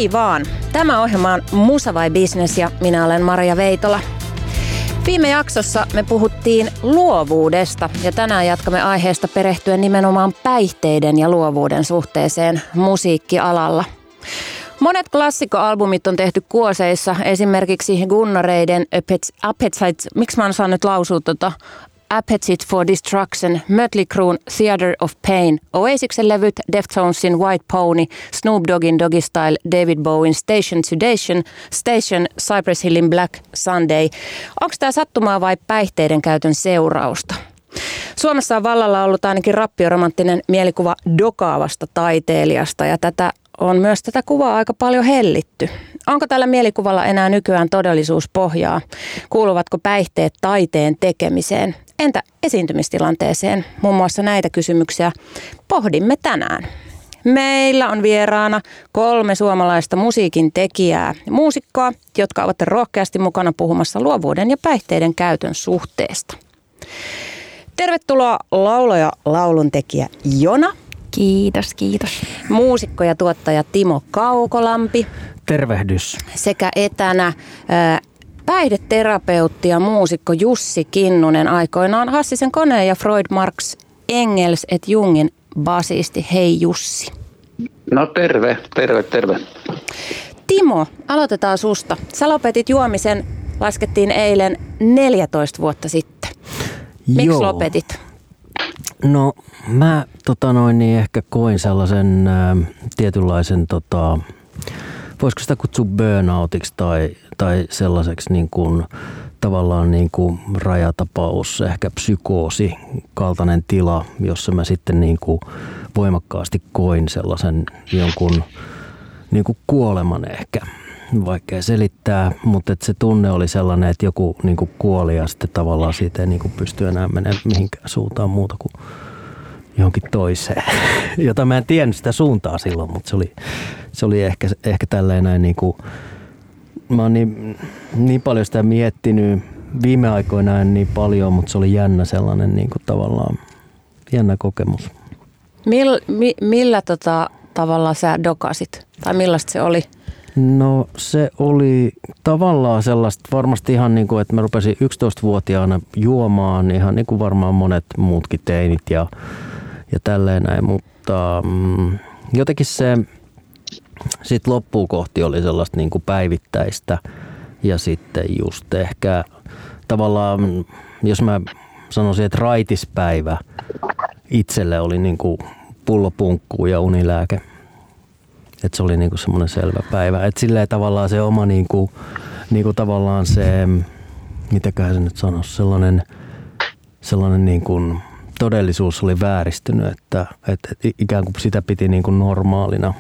Hei vaan! Tämä ohjelma on Musa vai Business ja minä olen Maria Veitola. Viime jaksossa me puhuttiin luovuudesta ja tänään jatkamme aiheesta perehtyen nimenomaan päihteiden ja luovuuden suhteeseen musiikkialalla. Monet klassikkoalbumit on tehty kuoseissa, esimerkiksi Gunnareiden Appetite, miksi mä en saa nyt lausua Appetite for Destruction, Mötley Cruen Theater of Pain, Oasiksen levyt, Deftonesin White Pony, Snoop Doggin Doggy Style, David Bowen Station, Cypress Hillin Black Sunday. Onko tämä sattumaa vai päihteiden käytön seurausta? Suomessa on vallalla ollut ainakin rappioromanttinen mielikuva dokaavasta taiteilijasta ja tätä kuvaa aika paljon hellitty. Onko tällä mielikuvalla enää nykyään todellisuuspohjaa? Kuuluvatko päihteet taiteen tekemiseen? Entä esiintymistilanteeseen? Muun muassa näitä kysymyksiä pohdimme tänään. Meillä on vieraana 3 suomalaista musiikin tekijää ja muusikkoa, jotka ovat rohkeasti mukana puhumassa luovuuden ja päihteiden käytön suhteesta. Tervetuloa laulaja lauluntekijä Jona. Kiitos, kiitos. Muusikko ja tuottaja Timo Kaukolampi. Tervehdys. Sekä etänä päihdeterapeutti ja muusikko Jussi Kinnunen, aikoinaan Hassisen koneen ja Freud Marx Engels et Jungin basisti. Hei Jussi. No terve. Timo, aloitetaan susta. Sä lopetit juomisen, laskettiin eilen 14 vuotta sitten. Miksi lopetit? No mä ehkä koin sellaisen tietynlaisen, voisiko sitä kutsua burnoutiksi tai sellaiseksi niin kuin, tavallaan niin kuin rajatapaus, ehkä psykoosi kaltainen tila, jossa mä sitten niin kuin voimakkaasti koin sellaisen jonkun niin kuin kuoleman ehkä. Vaikea selittää, mutta se tunne oli sellainen, että joku niin kuin kuoli ja sitten tavallaan siitä ei niin kuin pysty enää menemään mihinkään suuntaan muuta kuin johonkin toiseen. Jota mä en tiennyt sitä suuntaa silloin, mutta se oli ehkä tälleen näin niin kuin, mä oon niin paljon sitä miettinyt viime aikoina en niin paljon, mutta se oli jännä sellainen niin kuin tavallaan jännä kokemus. Millä tavalla sä dokasit? Tai millaista se oli? No se oli tavallaan sellaista varmasti ihan niin kuin, että mä rupesin 11-vuotiaana juomaan ihan niin kuin varmaan monet muutkin teinit ja tälleen näin, mutta jotenkin se sitten loppuun kohti oli sellaista niin kuin päivittäistä ja sitten just ehkä tavallaan, jos mä sanoisin, että raitispäivä itselle oli niin kuin pullo punkkuu ja unilääke. Että se oli niinku semmoinen selvä päivä. Että silleen tavallaan se oma niinku tavallaan se, mitäköhän se nyt sanoisi, sellainen niinku todellisuus oli vääristynyt, että ikään kuin sitä piti niinku normaalina.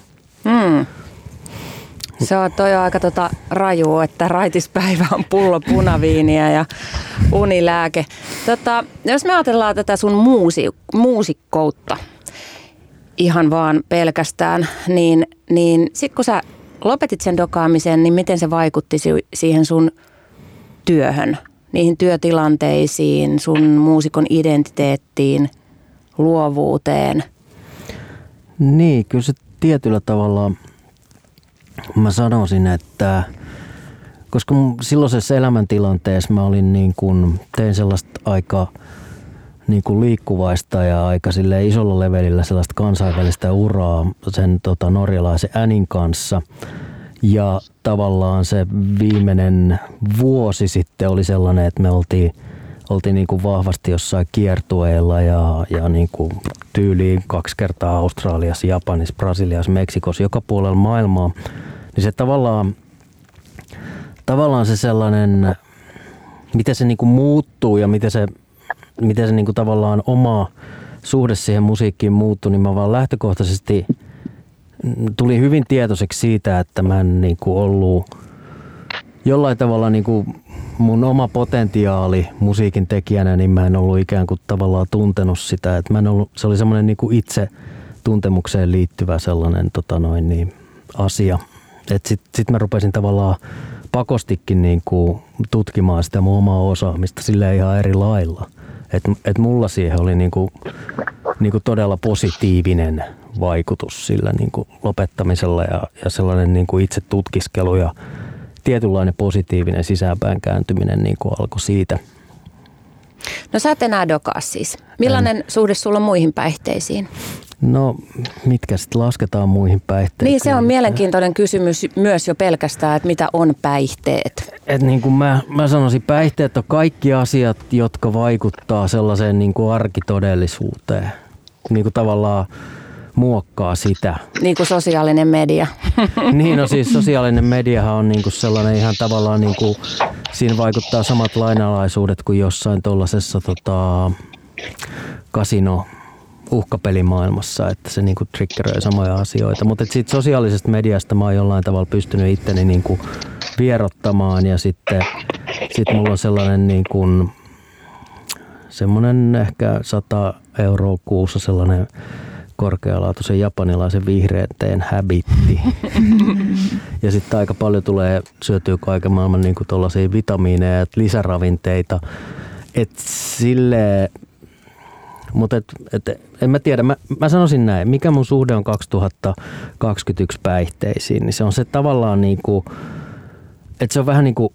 Se on toi aika rajua, että raitispäivä on pullo punaviiniä ja unilääke. Jos me ajatellaan tätä sun muusikkoutta, ihan vaan pelkästään, niin sit kun sä lopetit sen dokaamisen, niin miten se vaikutti siihen sun työhön, niihin työtilanteisiin, sun muusikon identiteettiin, luovuuteen? Niin, kyllä se tietyllä tavalla, mä sanoisin, että koska silloisessa elämäntilanteessa mä olin tein sellaista aika niin kuin liikkuvaista ja aika silleen isolla levelillä sellaista kansainvälistä uraa sen norjalaisen Annin kanssa. Ja tavallaan se viimeinen vuosi sitten oli sellainen, että me oltiin niin kuin vahvasti jossain kiertueilla ja niin kuin tyyliin 2 kertaa Australiassa, Japanissa, Brasiliassa, Meksikossa, joka puolella maailmaa. Niin se tavallaan se sellainen, miten se niin kuin muuttuu ja miten se niin kuin tavallaan oma suhde siihen musiikkiin muuttui, niin mä vaan lähtökohtaisesti tulin hyvin tietoiseksi siitä, että mä en niin kuin ollut jollain tavalla niin kuin mun oma potentiaali musiikin tekijänä, niin mä en ollut ikään kuin tavallaan tuntenut sitä. Että mä en ollut, se oli semmoinen niin kuin itse tuntemukseen liittyvä sellainen asia. Että sit mä rupesin tavallaan pakostikin niin kuin tutkimaan sitä mun omaa osaamista silleen ihan eri lailla. Et mulla siihen oli niinku todella positiivinen vaikutus sillä niin kuin lopettamisella ja sellainen niin kuin itse tutkiskelu ja tietynlainen positiivinen sisäänpäin kääntyminen niin kuin alkoi siitä. No sä et enää dokaa siis. Millainen suhde sulla on muihin päihteisiin? No, mitkä sitten lasketaan muihin päihteisiin? Niin, se on mielenkiintoinen kysymys myös jo pelkästään, että mitä on päihteet. Et niin kuin mä sanoisin, päihteet on kaikki asiat, jotka vaikuttaa sellaiseen niin kuin arkitodellisuuteen. Niin kuin tavallaan muokkaa sitä. Niin kuin sosiaalinen media. Niin, no siis sosiaalinen mediahan on niin kuin sellainen ihan tavallaan, niin kuin, siinä vaikuttaa samat lainalaisuudet kuin jossain tuollaisessa kasino uhkapelimaailmassa, että se niinku triggeröi samoja asioita. Mutta siitä sosiaalisesta mediasta mä oon jollain tavalla pystynyt itteni niinku vierottamaan ja sitten mulla on sellainen niinku, semmoinen ehkä 100 € kuussa sellainen korkealaatuisen japanilaisen vihreän teen habitti. Ja sitten aika paljon tulee syötyä kaiken maailman niinku tollaisia vitamiineja ja lisäravinteita. Et silleen. Mutta en mä tiedä, mä sanoisin näin, mikä mun suhde on 2021 päihteisiin, niin se on se tavallaan niinku, että se on vähän niinku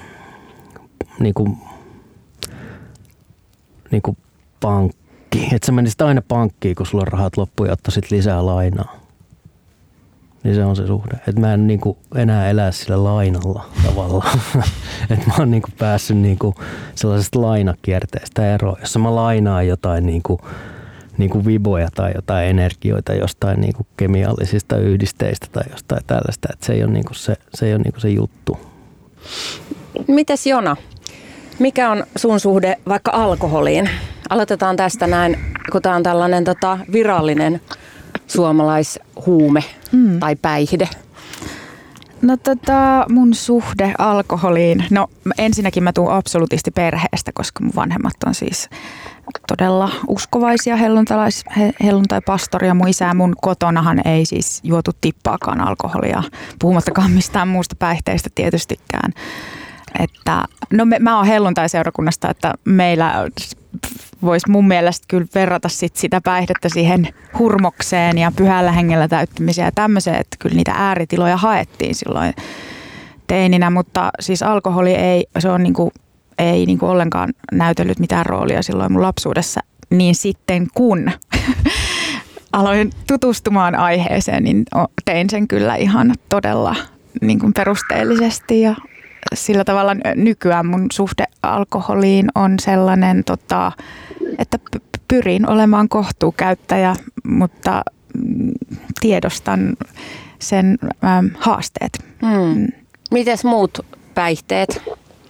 pankki. Että sä menisit aina pankkiin, kun sulla on rahat loppuun ja ottaisit lisää lainaa. Niin se on se suhde. Että mä en niinku enää elää sillä lainalla tavallaan. Että mä oon niinku päässyt niinku sellaisesta lainakierteestä eroon, jossa mä lainaan jotain niinku viboja tai jotain energioita jostain niinku kemiallisista yhdisteistä tai jostain tällaista. Että se ei ole niinku se juttu. Mites Jona? Mikä on sun suhde vaikka alkoholiin? Aloitetaan tästä näin, kun tää on tällainen virallinen suomalaishuume tai päihde. No mun suhde alkoholiin. No ensinnäkin mä tuun absoluutisti perheestä, koska mun vanhemmat on siis todella uskovaisia helluntaipastoria. Mun isä mun kotonahan ei siis juotu tippaakaan alkoholia, puhumattakaan mistään muusta päihteistä tietystikään. Että, no mä oon helluntaiseurakunnasta, että meillä voisi mun mielestä kyllä verrata sitä päihdettä siihen hurmokseen ja pyhällä hengellä täyttämiseen ja tämmöiseen, että kyllä niitä ääritiloja haettiin silloin teininä, mutta siis alkoholi ei ollenkaan näytellyt mitään roolia silloin mun lapsuudessa, niin sitten kun aloin tutustumaan aiheeseen, niin tein sen kyllä ihan todella niin kuin perusteellisesti ja sillä tavalla nykyään mun suhde alkoholiin on sellainen, että pyrin olemaan kohtuukäyttäjä, mutta tiedostan sen haasteet. Mites muut päihteet?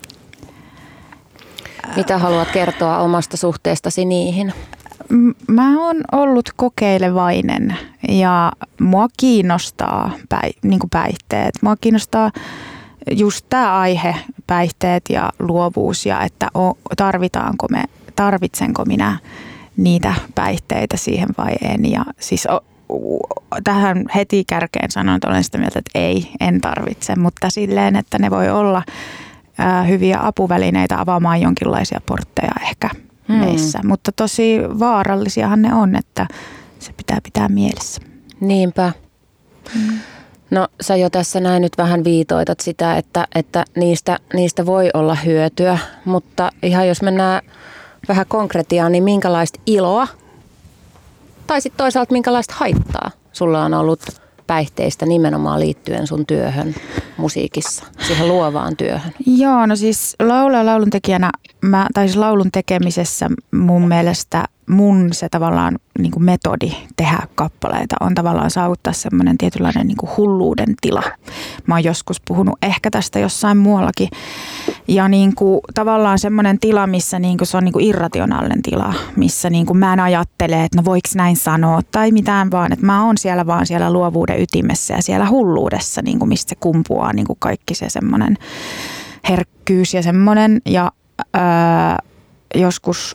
Mitä haluat kertoa omasta suhteestasi niihin? Mä oon ollut kokeilevainen ja mua kiinnostaa päihteet. Mua kiinnostaa just tämä aihe, päihteet ja luovuus ja että tarvitsenko minä niitä päihteitä siihen vai en. Ja siis tähän heti kärkeen sanon, että olen sitä mieltä, että en tarvitse, mutta silleen, että ne voi olla hyviä apuvälineitä avaamaan jonkinlaisia portteja ehkä meissä. Mutta tosi vaarallisiahan ne on, että se pitää pitää mielessä. Niinpä. No sä jo tässä näin nyt vähän viitoitat sitä, että niistä voi olla hyötyä, mutta ihan jos mennään vähän konkretiaan, niin minkälaista iloa tai sitten toisaalta minkälaista haittaa sulla on ollut päihteistä nimenomaan liittyen sun työhön musiikissa, siihen luovaan työhön? Joo, no siis lauluntekijänä, siis laulun tekemisessä mun mielestä se tavallaan niin kuin metodi tehdä kappaleita on tavallaan saavuttaa semmoinen tietynlainen niin kuin hulluuden tila. Mä oon joskus puhunut ehkä tästä jossain muuallakin. Ja niin kuin, tavallaan semmoinen tila, missä niin kuin se on niin kuin irrationaalinen tila, missä niin kuin mä en ajattele, että no voiko näin sanoa tai mitään vaan, että mä oon siellä vaan siellä luovuuden ytimessä ja siellä hulluudessa, niin kuin mistä se kumpuaa niin kuin kaikki se semmoinen herkkyys ja semmoinen ja joskus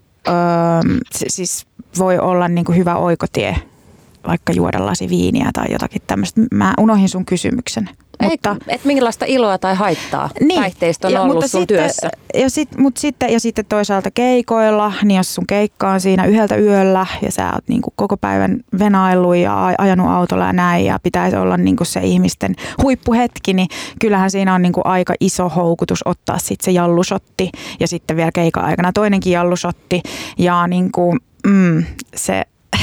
siis voi olla niin kuin hyvä oikotie vaikka juoda lasi viiniä tai jotakin tämmöistä. Mä unohdin sun kysymyksen. Mutta, et minkälaista iloa tai haittaa päihteistä on ollut sun työssä? Ja sitten toisaalta keikoilla, niin jos sun keikka on siinä yhdeltä yöllä ja sä oot niin kuin koko päivän venaillut ja ajanut autolla ja näin ja pitäisi olla niin kuin se ihmisten huippuhetki, niin kyllähän siinä on niin kuin aika iso houkutus ottaa sitten se jallusotti ja sitten vielä keikan aikana toinenkin jallusotti ja niin kuin, se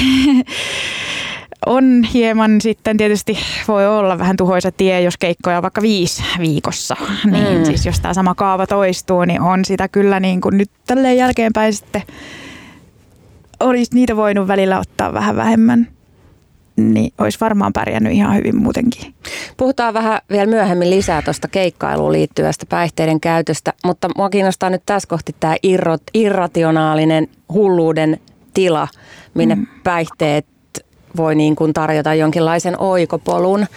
on hieman sitten tietysti voi olla vähän tuhoisa tie, jos keikkoja on vaikka 5 viikossa. Niin siis jos tämä sama kaava toistuu, niin on sitä kyllä niin kuin nyt tälleen jälkeenpäin sitten olisi niitä voinut välillä ottaa vähän vähemmän. Niin olisi varmaan pärjännyt ihan hyvin muutenkin. Puhutaan vähän vielä myöhemmin lisää tuosta keikkailuun liittyvästä päihteiden käytöstä, mutta mua kiinnostaa nyt tässä kohti tämä irrationaalinen hulluuden tila, minne päihteet voi niin kuin tarjota jonkinlaisen oikopolun.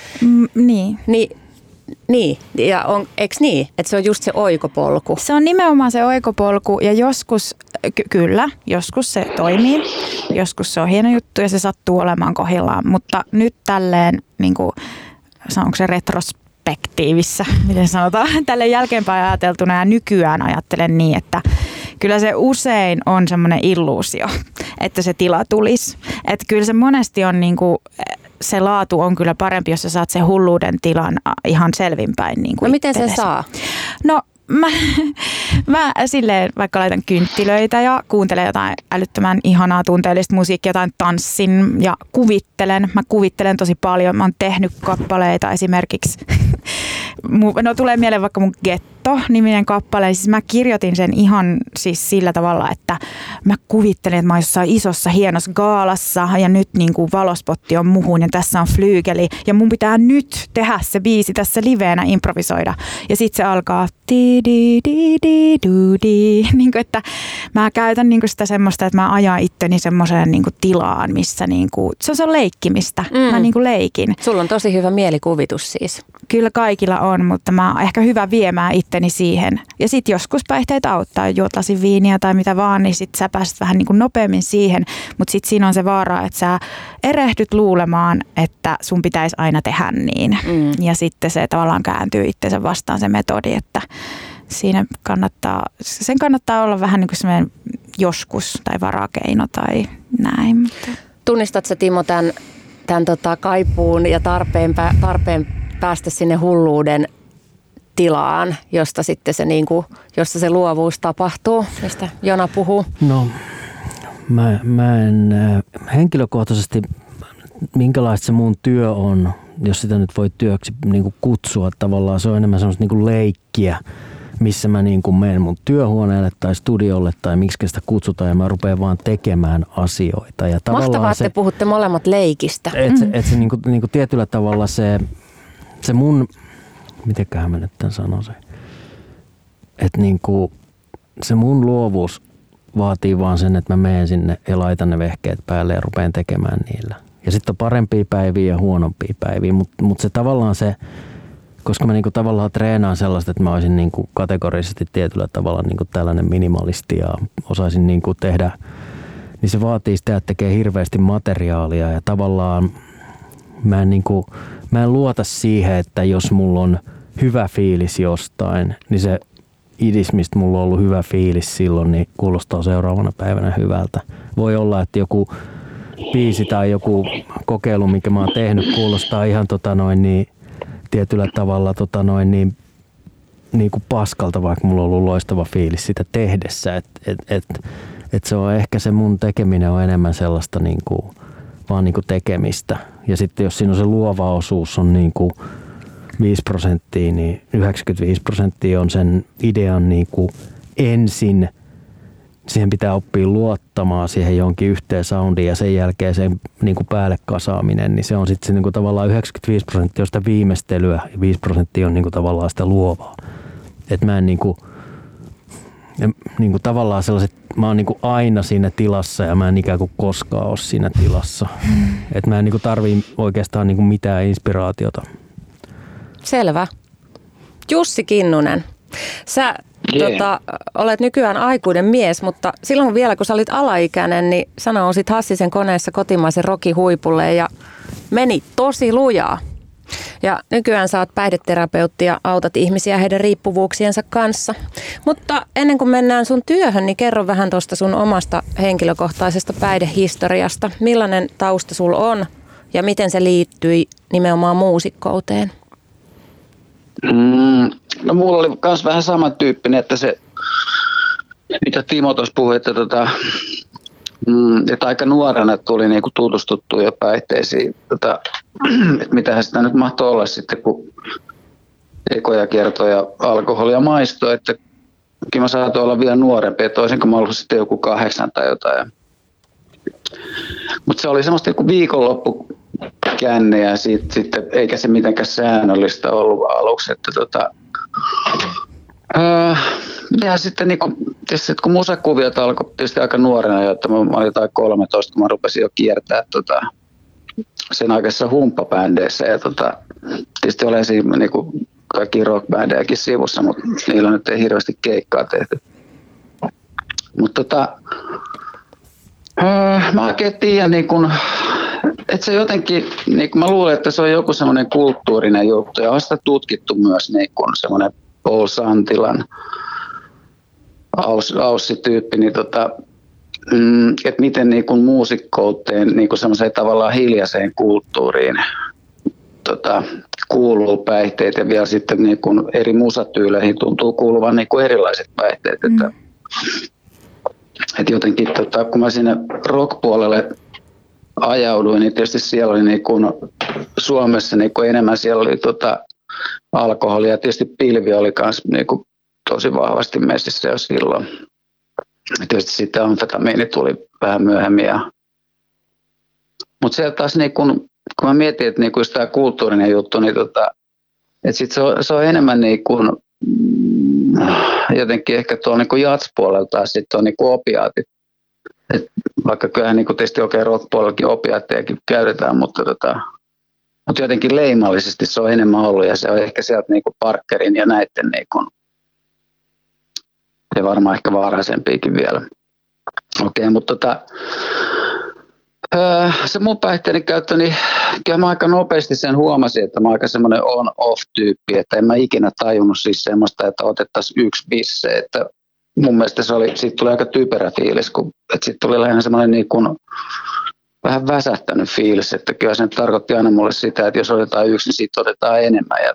Niin. Ja eikö niin, että se on just se oikopolku? Se on nimenomaan se oikopolku ja joskus, joskus se toimii, joskus se on hieno juttu ja se sattuu olemaan kohdillaan, mutta nyt tälleen, niin kuin, onko se retrospektiivissä, miten sanotaan, tälleen jälkeenpäin ajateltuna ja nykyään ajattelen niin, että kyllä se usein on semmoinen illuusio, että se tila tulisi. Että kyllä se monesti on niinku, se laatu on kyllä parempi, jos sä saat sen hulluuden tilan ihan selvinpäin. Niin kuin no miten se saa? No mä silleen vaikka laitan kynttilöitä ja kuuntelen jotain älyttömän ihanaa tunteellista musiikkia, jotain tanssin ja kuvittelen. Mä kuvittelen tosi paljon. Mä oon tehnyt kappaleita esimerkiksi. No tulee mieleen vaikka mun Getto-niminen kappale. Siis mä kirjoitin sen ihan siis sillä tavalla, että mä kuvittelin, että mä oon jossain isossa hienossa gaalassa ja nyt niin kuin valospotti on muhun ja tässä on flyygeli ja mun pitää nyt tehdä se biisi tässä liveenä improvisoida. Ja sit se alkaa niin kuin, että mä käytän niin kuin sitä semmoista, että mä ajan itteni semmoiseen niin kuin tilaan, missä niin kuin, se on leikkimistä. Mä niin kuin leikin. Sulla on tosi hyvä mielikuvitus siis. Kyllä kaikilla on, mutta mä oon ehkä hyvä viemään itteni siihen. Ja sit joskus päihteitä auttaa, juot lasin viiniä tai mitä vaan, niin sit sä pääset vähän niin kuin nopeammin siihen. Mutta sit siinä on se vaara, että sä erehdyt luulemaan, että sun pitäisi aina tehdä niin. Ja sitten se tavallaan kääntyy itsensä vastaan se metodi, että siinä sen kannattaa olla vähän niin kuin semmoinen joskus tai varakeino tai näin. Mutta. Tunnistat sä Timo tämän kaipuun ja tarpeen päästä sinne hulluuden tilaan, josta sitten se jossa se luovuus tapahtuu, mistä Jona puhuu? No, mä en henkilökohtaisesti, minkälaista se mun työ on, jos sitä nyt voi työksi niin kuin kutsua tavallaan, se on enemmän semmoista niin kuin leikkiä, missä mä niin kuin menen mun työhuoneelle tai studiolle tai miksi sitä kutsutaan ja mä rupean vaan tekemään asioita. Ja mahtavaa, että puhutte molemmat leikistä. Se niin kuin tietyllä tavalla se mun, mitenköhän mä nyt tämän sanoisin, että niin kuin se mun luovuus vaatii vaan sen, että mä menen sinne ja laitan ne vehkeet päälle ja rupean tekemään niillä. Ja sitten on parempia päiviä ja huonompia päiviä, mutta se tavallaan se, koska mä niinku tavallaan treenaan sellaista, että mä olisin niinku kategorisesti tietyllä tavalla niinku tällainen minimalisti ja osaisin niinku tehdä, niin se vaatii sitä, että tekee hirveästi materiaalia ja tavallaan mä en luota siihen, että jos mulla on hyvä fiilis jostain, niin se idis, mistä mulla on ollut hyvä fiilis silloin, niin kuulostaa seuraavana päivänä hyvältä. Voi olla, että joku biisi tai joku kokeilu, mikä mä oon tehnyt, kuulostaa ihan tietyllä tavalla niin kuin paskalta, vaikka mulla on ollut loistava fiilis sitä tehdessä. Et se on ehkä se mun tekeminen on enemmän sellaista vaan tekemistä. Ja sitten jos siinä on se luova osuus on 5%, niin 95% on sen idean ensin. Siihen pitää oppia luottamaan siihen jonkin yhteen soundiin ja sen jälkeen sen päälle kasaaminen, niin se on sitten se tavallaan 95% on sitä viimeistelyä ja 5% on tavallaan sitä luovaa. Että mä en tavallaan sellaiset, mä oon aina siinä tilassa ja mä en ikään kuin koskaan ole siinä tilassa. Että mä en tarvii oikeastaan mitään inspiraatiota. Selvä. Jussi Kinnunen, sä olet nykyään aikuinen mies, mutta silloin vielä kun sä olit alaikäinen, niin sä nousit Hassisen koneessa kotimaisen rokin huipulle ja meni tosi lujaa. Ja nykyään sä oot päihdeterapeutti ja autat ihmisiä heidän riippuvuuksiensa kanssa. Mutta ennen kuin mennään sun työhön, niin kerro vähän tuosta sun omasta henkilökohtaisesta päihdehistoriasta. Millainen tausta sulla on ja miten se liittyi nimenomaan muusikkouteen? No mulla oli myös vähän samantyyppinen, että se, mitä Timo tuossa puhui, että aika nuorena tuli niinku tutustuttua jo päihteisiin, että mitähän sitä nyt mahtoi olla sitten, kun ekoja kertoja alkoholia maistoi, että kyllä mä saatoin olla vielä nuorempi, että olisinko mä ollut sitten joku 8 tai jotain. Mutta se oli semmoista joku viikonloppukänne ja sitten eikä se mitenkään säännöllistä ollut aluksi, että ja sitten niinku, tietysti, kun musakuviot alkoi tietysti aika nuorena jo, että mä olin jotain 13, kun mä rupesin jo kiertää sen aikaisessa humppabändeissä ja tietysti olen siinä niinku kaikki rockbändejäkin sivussa, mutta niillä nyt ei hirveästi keikkaa tehty. Mutta mä oikein tiedän, niin kun, että se jotenkin, niin mä luulen, että se on joku semmoinen kulttuurinen juttu ja on sitä tutkittu myös niin kun semmoinen Paul Santilan Aussi-tyyppi, niin että miten niin kun muusikkouteen niin kun semmoiseen tavallaan hiljaiseen kulttuuriin kuuluu päihteet ja vielä sitten niin kun eri musatyyleihin tuntuu kuuluvan niin kun erilaiset päihteet. Että jotenkin kun mä sinne rock-puolelle ajauduin, niin tietysti siellä oli niin kun Suomessa niin kun enemmän siellä oli alkoholia ja tietysti pilvi oli myös niin kun tosi vahvasti messissä jo silloin. Ja tietysti sitten amfetamiini tuli vähän myöhemmin. Mutta siellä taas niin kun mä mietin, että niin kun tämä kulttuurinen juttu, niin että sit se on enemmän niin kun jotenkin ehkä tuolla niin jats-puolella taas sitten on niin opiaatit. Et vaikka kyllähän niin tietysti oikein rock-puolellakin opiaattejakin käytetään, mutta jotenkin leimallisesti se on enemmän ollut ja se on ehkä sieltä niin Parkerin ja näiden niin ja varmaan ehkä varhaisempiakin vielä. Okei, mutta se mun päihteiden käyttö, niin kyllä mä aika nopeasti sen huomasin, että mä oon aika semmoinen on-off-tyyppi, että en mä ikinä tajunnut siis semmoista, että otettaisiin yksi bisse, että mun mielestä siitä tuli aika typerä fiilis, että siitä tuli lähinnä semmoinen niin kuin vähän väsähtänyt fiilis, että kyllä se tarkoitti aina mulle sitä, että jos otetaan yksi, niin siitä otetaan enemmän ja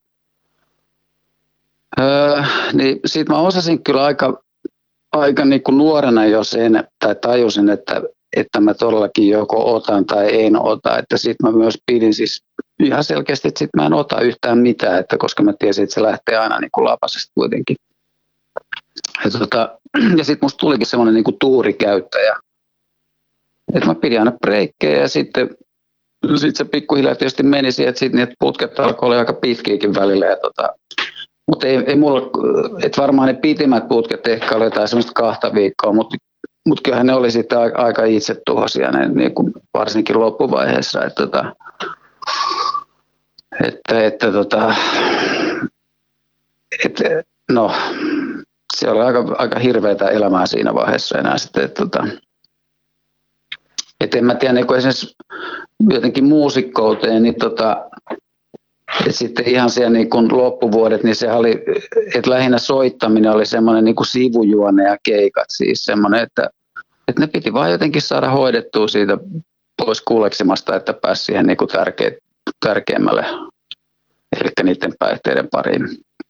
niin siitä mä osasin kyllä aika niin kuin nuorena jo sen, tai tajusin, että mä todellakin joko otan tai en ota, että sitten mä myös pidin siis ihan selkeästi, että sitten mä en ota yhtään mitään, että koska mä tiesin, että se lähtee aina niin kuin lapasesta kuitenkin. Ja sitten musta tulikin semmoinen niin kuin tuurikäyttäjä, että mä pidin aina breikkejä ja sitten se pikkuhiljaa tietysti meni siihen, että sitten niitä putket alkoi olla aika pitkiäkin välillä. Mutta ei mulla, että varmaan ne pitimmät putket ehkä oli jotain semmoista 2 viikkoa, mutta kyllähän ne oli sitten aika itsetuhoisia, ne, niin kuin varsinkin loppuvaiheessa. No, se oli aika hirveätä elämää siinä vaiheessa enää sitten. Et en mä tiedä, niin esimerkiksi jotenkin muusikkouteen, niin et sitten ihan siellä niin kun loppuvuodet, niin se oli, että lähinnä soittaminen oli semmoinen niin kuin sivujuone ja keikat siis semmoinen, että ne piti vaan jotenkin saada hoidettua siitä pois kuleksimasta, että pääsi siihen niin kuin tärkeimmälle, eli niiden päihteiden pariin.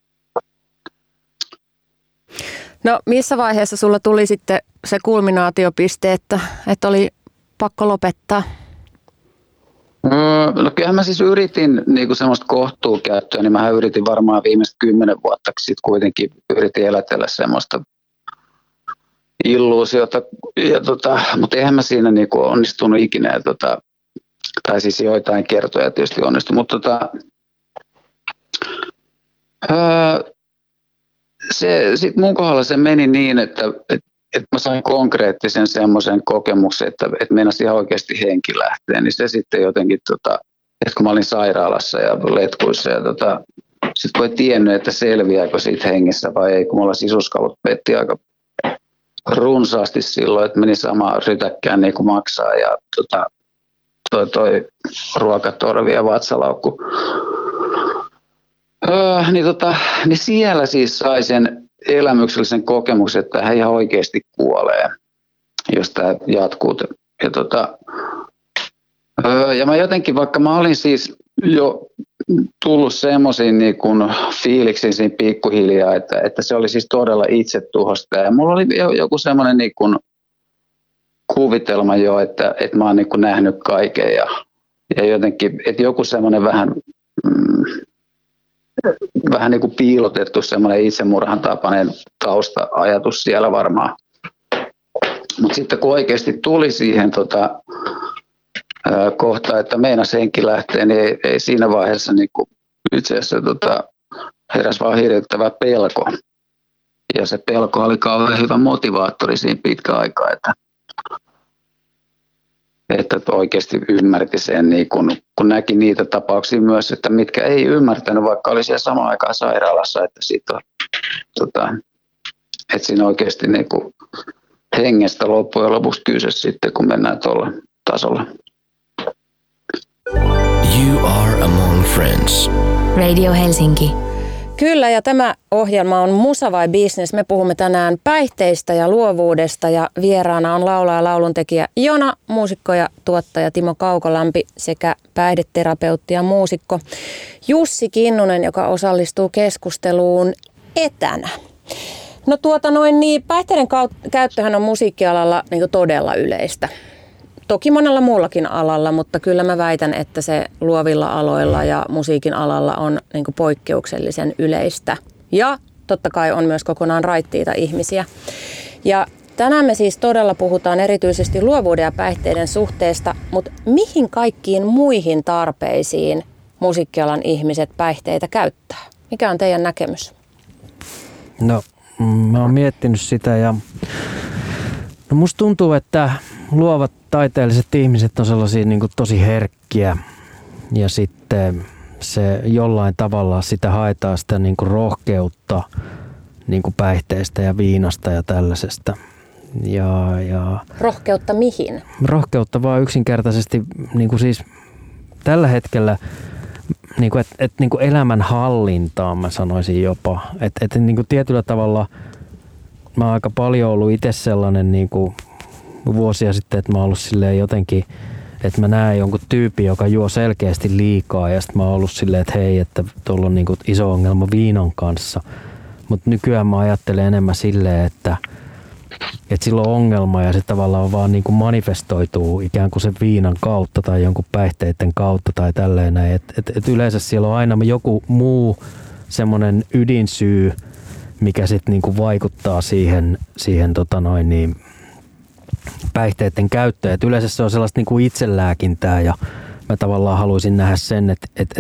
No missä vaiheessa sulla tuli sitten se kulminaatiopiste, että oli pakko lopettaa? No kyllähän mä siis yritin niin semmoista kohtuukäyttöä, niin mä yritin varmaan viimeiset 10 vuotta sitten kuitenkin yritin elätellä semmoista illuusiota, mutta eihän mä siinä niin onnistunut ikinä, tai siis joitain kertoja tietysti onnistui, mutta sitten mun kohdalla se meni niin, että mä sain konkreettisen semmoisen kokemuksen, että meinasi ihan oikeasti henki lähteä, niin se sitten jotenkin, että kun mä olin sairaalassa ja letkuissa ja sitten kun ei tiennyt, että selviääkö siitä hengissä vai ei, kun mulla sisuskalut petti aika runsaasti silloin, että meni sama rytäkkään niin kuin maksaa ja toi ruokatorvi ja vatsalaukku Niin siellä siis sai sen elämyksellisen kokemuksen, että hän ihan oikeasti kuolee, jos tämä jatkuu. Ja mä jotenkin, vaikka mä olin siis jo tullut semmoisiin niin kuin fiiliksiin siinä pikkuhiljaa, että se oli siis todella itsetuhosta. Ja mulla oli joku semmoinen niin kuin kuvitelma jo, että mä oon niin kuin nähnyt kaiken ja jotenkin, että joku semmoinen vähän niin kuin piilotettu semmoinen itsemurhan tapainen tausta-ajatus siellä varmaan. Mutta sitten kun oikeasti tuli siihen kohta, että meinasi henki lähtee, niin ei siinä vaiheessa niin kuin itse asiassa heräsi vaan hirvittävä pelko. Ja se pelko oli kauhean hyvä motivaattori siinä pitkä aikaa, että oikeasti ymmärti sen, niin kun näki niitä tapauksia myös, että mitkä ei ymmärtänyt, vaikka oli siellä samaan aikaan sairaalassa, että että siinä oikeasti niin kuin hengestä loppujen lopuksi kyse sitten, kun mennään tuolla tasolla. You are among friends. Radio Helsinki. Kyllä, ja tämä ohjelma on Musa vai Business. Me puhumme tänään päihteistä ja luovuudesta, ja vieraana on laulaja ja lauluntekijä Jona, muusikko ja tuottaja Timo Kaukolampi sekä päihdeterapeutti ja muusikko Jussi Kinnunen, joka osallistuu keskusteluun etänä. No päihteiden käyttöhän on musiikkialalla niin todella yleistä. Toki monella muullakin alalla, mutta kyllä mä väitän, että se luovilla aloilla ja musiikin alalla on niin kuin poikkeuksellisen yleistä. Ja totta kai on myös kokonaan raittiita ihmisiä. Ja tänään me siis todella puhutaan erityisesti luovuuden ja päihteiden suhteesta, mutta mihin kaikkiin muihin tarpeisiin musiikkialan ihmiset päihteitä käyttää? Mikä on teidän näkemys? No, mä oon miettinyt sitä ja musta tuntuu, että luovat taiteelliset ihmiset on sellaisia niin kuin tosi herkkiä ja sitten se jollain tavalla sitä haetaan sitä niin kuin rohkeutta niin kuin päihteistä ja viinasta ja tällaisesta. Ja rohkeutta mihin? Rohkeutta vaan yksinkertaisesti niin kuin siis tällä hetkellä niin kuin, niin kuin elämän hallintaan mä sanoisin jopa. Että niin kuin tietyllä tavalla mä oon aika paljon ollut itse sellainen niin kuin vuosia sitten, että mä oon ollut silleen jotenkin, että mä näen jonkun tyypin, joka juo selkeästi liikaa ja sitten mä oon ollut silleen, että hei, että tuolla on niin kuin iso ongelma viinan kanssa. Mutta nykyään mä ajattelen enemmän silleen, että sillä on ongelma ja se tavallaan vaan niin kuin manifestoituu ikään kuin sen viinan kautta tai jonkun päihteiden kautta tai tälleen. Et yleensä siellä on aina joku muu semmoinen ydinsyy, mikä sitten niin kuin vaikuttaa siihen päihteiden käyttöön. Et yleensä se on sellaista niin kuin itselääkintää ja mä tavallaan haluaisin nähdä sen, että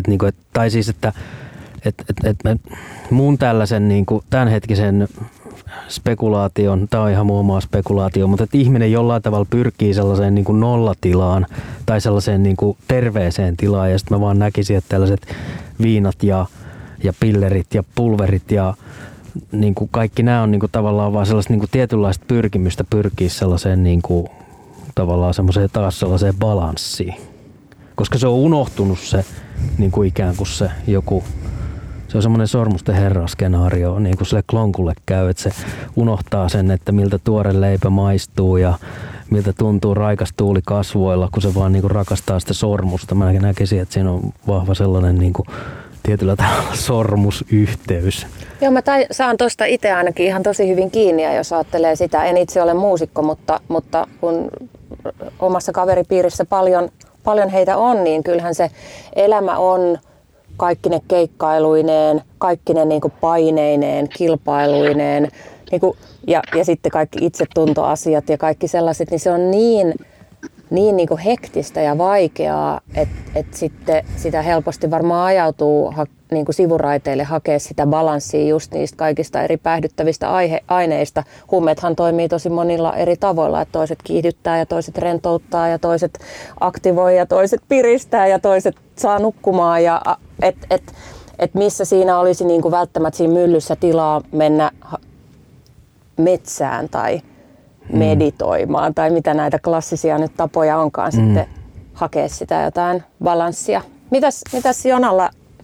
mun tällaisen niin kuin tämänhetkisen spekulaation, tämä on ihan muun muassa spekulaatio, mutta että ihminen jollain tavalla pyrkii sellaiseen niin kuin nollatilaan tai sellaiseen niin kuin terveeseen tilaan ja sitten mä vaan näkisin, että tällaiset viinat ja pillerit ja pulverit ja niin kuin kaikki nämä on niin kuin tavallaan vaan sellaista niin kuin tietynlaista pyrkimystä pyrkiä sellaiseen niin kuin tavallaan sellaiseen balanssiin. Koska se on unohtunut se niin kuin ikään kuin se joku, se on semmoinen sormusten herraskenaario, niin kuin sille klonkulle käy, että se unohtaa sen, että miltä tuore leipä maistuu ja miltä tuntuu raikas tuuli kasvoilla, kun se vaan niin kuin rakastaa sitä sormusta. Mä näkisin, että siinä on vahva sellainen niin kuin tietyllä tavalla sormusyhteys. Joo, mä saan tuosta itse ainakin ihan tosi hyvin kiinni, ja jos ajattelee sitä, en itse ole muusikko, mutta kun omassa kaveripiirissä paljon heitä on, niin kyllähän se elämä on kaikkine keikkailuineen, kaikkine niin kuin paineineen, kilpailuineen ja sitten kaikki itsetuntoasiat ja kaikki sellaiset, niin se on niin kuin hektistä ja vaikeaa, että sitten sitä helposti varmaan ajautuu niin kuin sivuraiteille hakea sitä balanssia just niistä kaikista eri päihdyttävistä aineista. Huumeethan toimii tosi monilla eri tavoilla, että toiset kiihdyttää ja toiset rentouttaa ja toiset aktivoi ja toiset piristää ja toiset saa nukkumaan. Ja et missä siinä olisi niin kuin välttämättä siinä myllyssä tilaa mennä metsään tai meditoimaan tai mitä näitä klassisia nyt tapoja onkaan sitten hakea sitä jotain balanssia. Mitäs Jonalla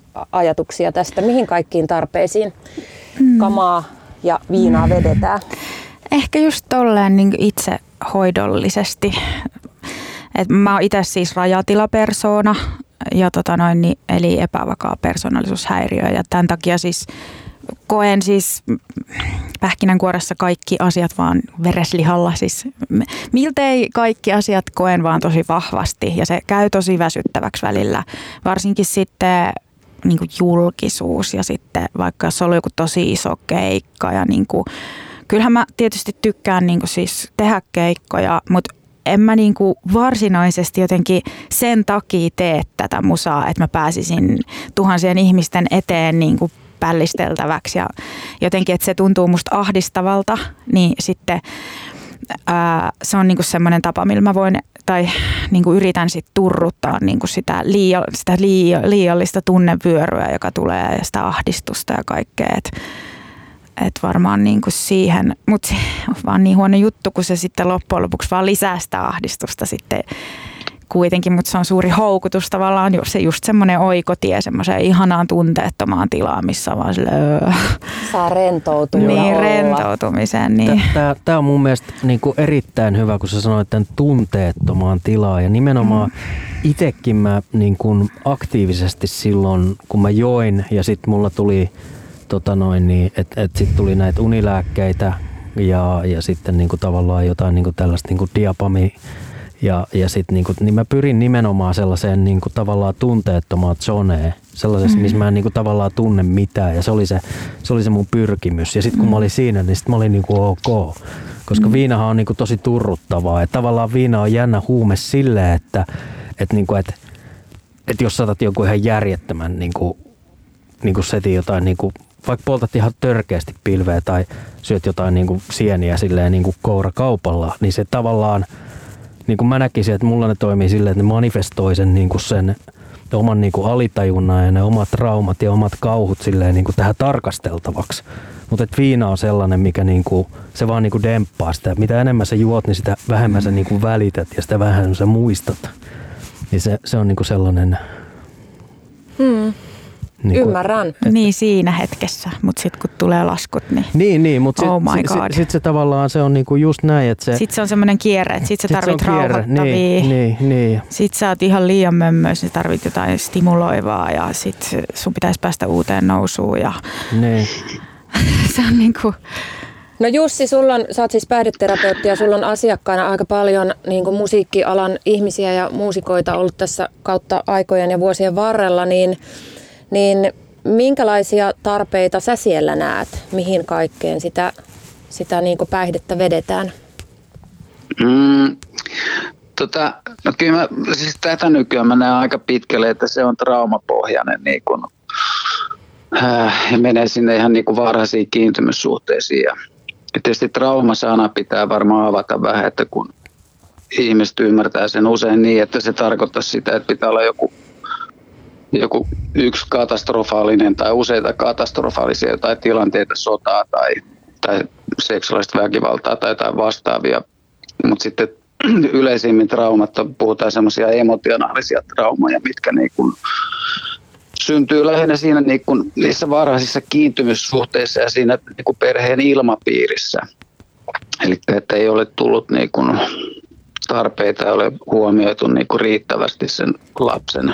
ajatuksia tästä? Mihin kaikkiin tarpeisiin kamaa ja viinaa vedetään? Ehkä just tolleen niin itsehoidollisesti. Mä oon itse siis rajatilapersoona ja eli epävakaa persoonallisuushäiriö ja tämän takia siis koen siis pähkinänkuoressa kaikki asiat vaan vereslihalla. Siis miltei kaikki asiat koen vaan tosi vahvasti ja se käy tosi väsyttäväksi välillä. Varsinkin sitten niin kuin julkisuus ja sitten vaikka jos on ollut joku tosi iso keikka ja niin kuin, kyllähän mä tietysti tykkään niin kuin siis tehdä keikkoja, mutta en mä niin kuin varsinaisesti jotenkin sen takia tee tätä musaa, että mä pääsisin tuhansien ihmisten eteen niin kuin pällisteltäväksi ja jotenkin, että se tuntuu musta ahdistavalta, niin sitten se on niinku semmoinen tapa, millä mä voin tai niinku yritän sit turruttaa niinku sitä liiallista tunnevyöryä, joka tulee ja sitä ahdistusta ja kaikkea. Et varmaan niinku siihen, mutta se on vaan niin huono juttu, kun se sitten loppujen lopuksi vaan lisää sitä ahdistusta sitten kuitenkin, mutta se on suuri houkutus tavallaan, se just semmoinen oikotie semmoiseen ihanaan tunteettomaan tilaan, missä vaan saa rentoutua niin, rentoutumiseen. Niin. Tämä on mun mielestä niinku erittäin hyvä, kun sä sanoit tämän tunteettomaan tilaan ja nimenomaan itsekin mä niinku aktiivisesti silloin, kun mä join ja sitten mulla tuli että sitten tuli näitä unilääkkeitä ja sitten niinku tavallaan jotain niinku tällaista niinku diapami ja sitten niinku, niin mä pyrin nimenomaan sellaiseen niinku tavallaan tunteettomaan zoneen, sellaisessa, missä mä en niinku tavallaan tunne mitään ja se oli se mun pyrkimys. Ja sitten kun mä olin siinä, niin sitten mä olin niinku ok, koska viinahan on niinku tosi turruttavaa ja tavallaan viina on jännä huume silleen, että jos saatat jonkun ihan järjettömän niinku setin jotain niinku vaikka poltat ihan törkeästi pilveä tai syöt jotain niinku sieniä silleen niinku kourakaupalla, niin se tavallaan niin kuin mä näkisin, että mulla ne toimii silleen, että ne manifestoi sen, niin kuin sen oman niin kuin alitajunnan ja ne omat traumat ja omat kauhut silleen niin kuin tähän tarkasteltavaksi. Mutta viina on sellainen, mikä niin kuin, se vaan niin kuin demppaa sitä. Mitä enemmän sä juot, niin sitä vähemmän sä niin kuin välität ja sitä vähemmän sä muistat. Niin se on niin kuin sellainen... Niin ymmärrän. Niin siinä hetkessä, mutta sitten kun tulee laskut, niin, niin mutta sitten se tavallaan se on niinku just näin, että se... Sitten se on semmoinen kierre, että sitten sä tarvit rauhoittavia. Niin. Sitten sä oot ihan liian mömmöis, niin tarvit jotain stimuloivaa ja sitten sun pitäisi päästä uuteen nousuun. Ja... Niin. Se on niinku... No Jussi, sä oot siis päihdeterapeutti ja sulla on asiakkaina aika paljon niin kuin musiikkialan ihmisiä ja muusikoita ollut tässä kautta aikojen ja vuosien varrella, niin minkälaisia tarpeita sä siellä näet? Mihin kaikkeen sitä niin kuin päihdettä vedetään? No kyllä siis tätä nykyään mä näen aika pitkälle, että se on traumapohjainen niin kuin, ja menee sinne ihan niin kuin varhaisiin kiintymyssuhteisiin. Ja tietysti traumasana pitää varmaan avata vähän, että kun ihmiset ymmärtää sen usein niin, että se tarkoittaa sitä, että pitää olla joku yksi katastrofaalinen tai useita katastrofaalisia jotain tilanteita, sotaa tai seksuaalista väkivaltaa tai jotain vastaavia. Mutta sitten yleisimmin traumat, puhutaan semmoisia emotionaalisia traumoja, mitkä niin kun syntyy lähinnä siinä niin kun niissä varhaisissa kiintymyssuhteissa ja siinä niin kun perheen ilmapiirissä. Eli että ei ole tullut niin kun tarpeita, ei ole huomioitu niin kun riittävästi sen lapsen.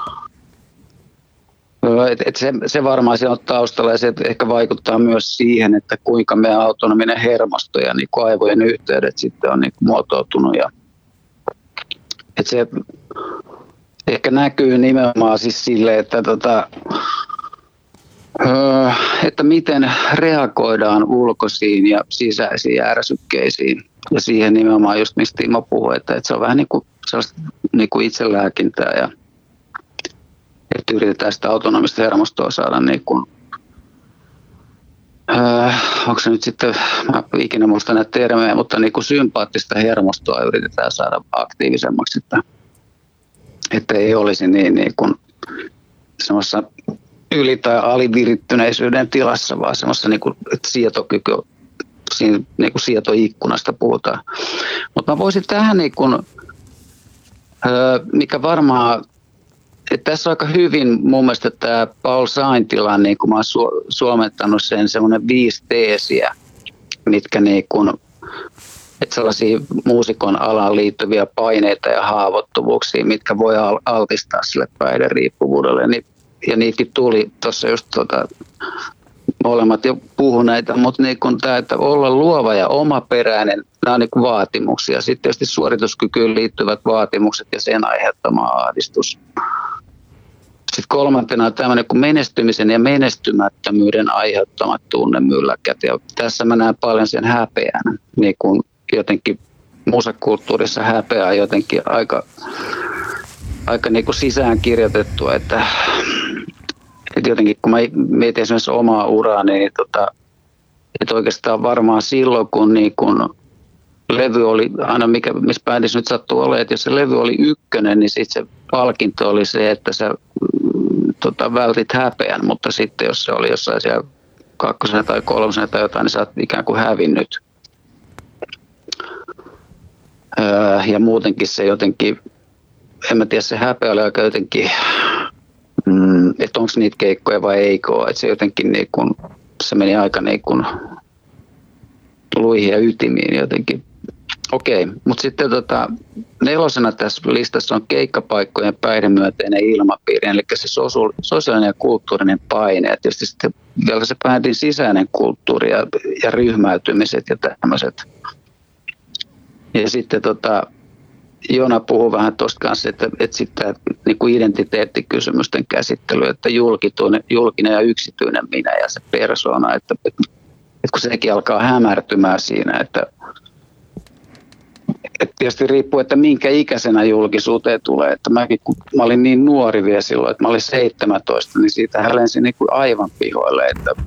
Se varmaan se on taustalla ja se ehkä vaikuttaa myös siihen, että kuinka meidän autonominen hermosto ja niin aivojen yhteydet sitten on niin muotoutunut. Ja, että se ehkä näkyy nimenomaan siis sille, että miten reagoidaan ulkoisiin ja sisäisiin ärsykkeisiin. Ja siihen nimenomaan just mistä Timo puhui, että se on vähän niin kuin itselääkintää ja että yritetään sitä autonomista hermostoa saada niin kuin, onko se nyt sitten, mä ikinä muista näitä termejä, mutta niin kuin sympaattista hermostoa yritetään saada aktiivisemmaksi, että ei olisi niin kuin semmoisessa yli- tai alivirittyneisyyden tilassa, vaan semmoista niin kuin, että sietokyky, siinä niin kuin sietoikkunasta puhutaan. Mutta mä voisin tähän niin kuin, mikä varmaan tässä on aika hyvin mun mielestä tämä Paul Saintila, niin kun mä oon suomentanut sen semmoinen 5 teesiä, mitkä niin kun, että sellaisia muusikon alaan liittyviä paineita ja haavoittuvuuksia, mitkä voi altistaa sille päihderiippuvuudelle. Ja niitäkin tuli tuossa just molemmat jo puhu näitä, mutta niin kun tämä, että olla luova ja omaperäinen, nämä on niin kuin vaatimuksia. Sitten tietysti suorituskykyyn liittyvät vaatimukset ja sen aiheuttama ahdistus. Sitten kolmantena on tämmöinen kuin menestymisen ja menestymättömyyden aiheuttamat tunnemylläkät. Ja tässä mä näen paljon sen häpeän. Niin kuin jotenkin musakulttuurissa häpeä on jotenkin aika niin kuin sisään kirjoitettu, että jotenkin kun mä mietin esimerkiksi omaa uraani, niin että oikeastaan varmaan silloin, kun niin kun levy oli, aina missä bändissä nyt sattuu olemaan, että jos se levy oli 1, niin sitten se palkinto oli se, että sä vältit häpeän, mutta sitten jos se oli jossain siellä 2 tai 3 tai jotain, niin sä oot ikään kuin hävinnyt. Ja muutenkin se jotenkin, en mä tiedä, se häpeä oli aika jotenkin, että onko niitä keikkoja vai eikö ole. Että se jotenkin niin kun, se meni aika niin kun luihin ja ytimiin jotenkin. Okei, mutta sitten 4. tässä listassa on keikkapaikkojen päihdemyönteinen ilmapiiri, eli se sosiaalinen ja kulttuurinen paine. Ja tietysti sitten vielä se bändin sisäinen kulttuuri ja ryhmäytymiset ja tämmöiset. Ja sitten Joona puhuu vähän tuosta kanssa, että sitten niin kuin identiteettikysymysten käsittely, että julkinen ja yksityinen minä ja se persoona, että kun sekin alkaa hämärtymään siinä, että tietysti riippuu, että minkä ikäisenä julkisuuteen tulee. Että mäkin, kun mä olin niin nuori vielä silloin, että mä olin 17, niin siitä hälensin niin kuin aivan pihoille,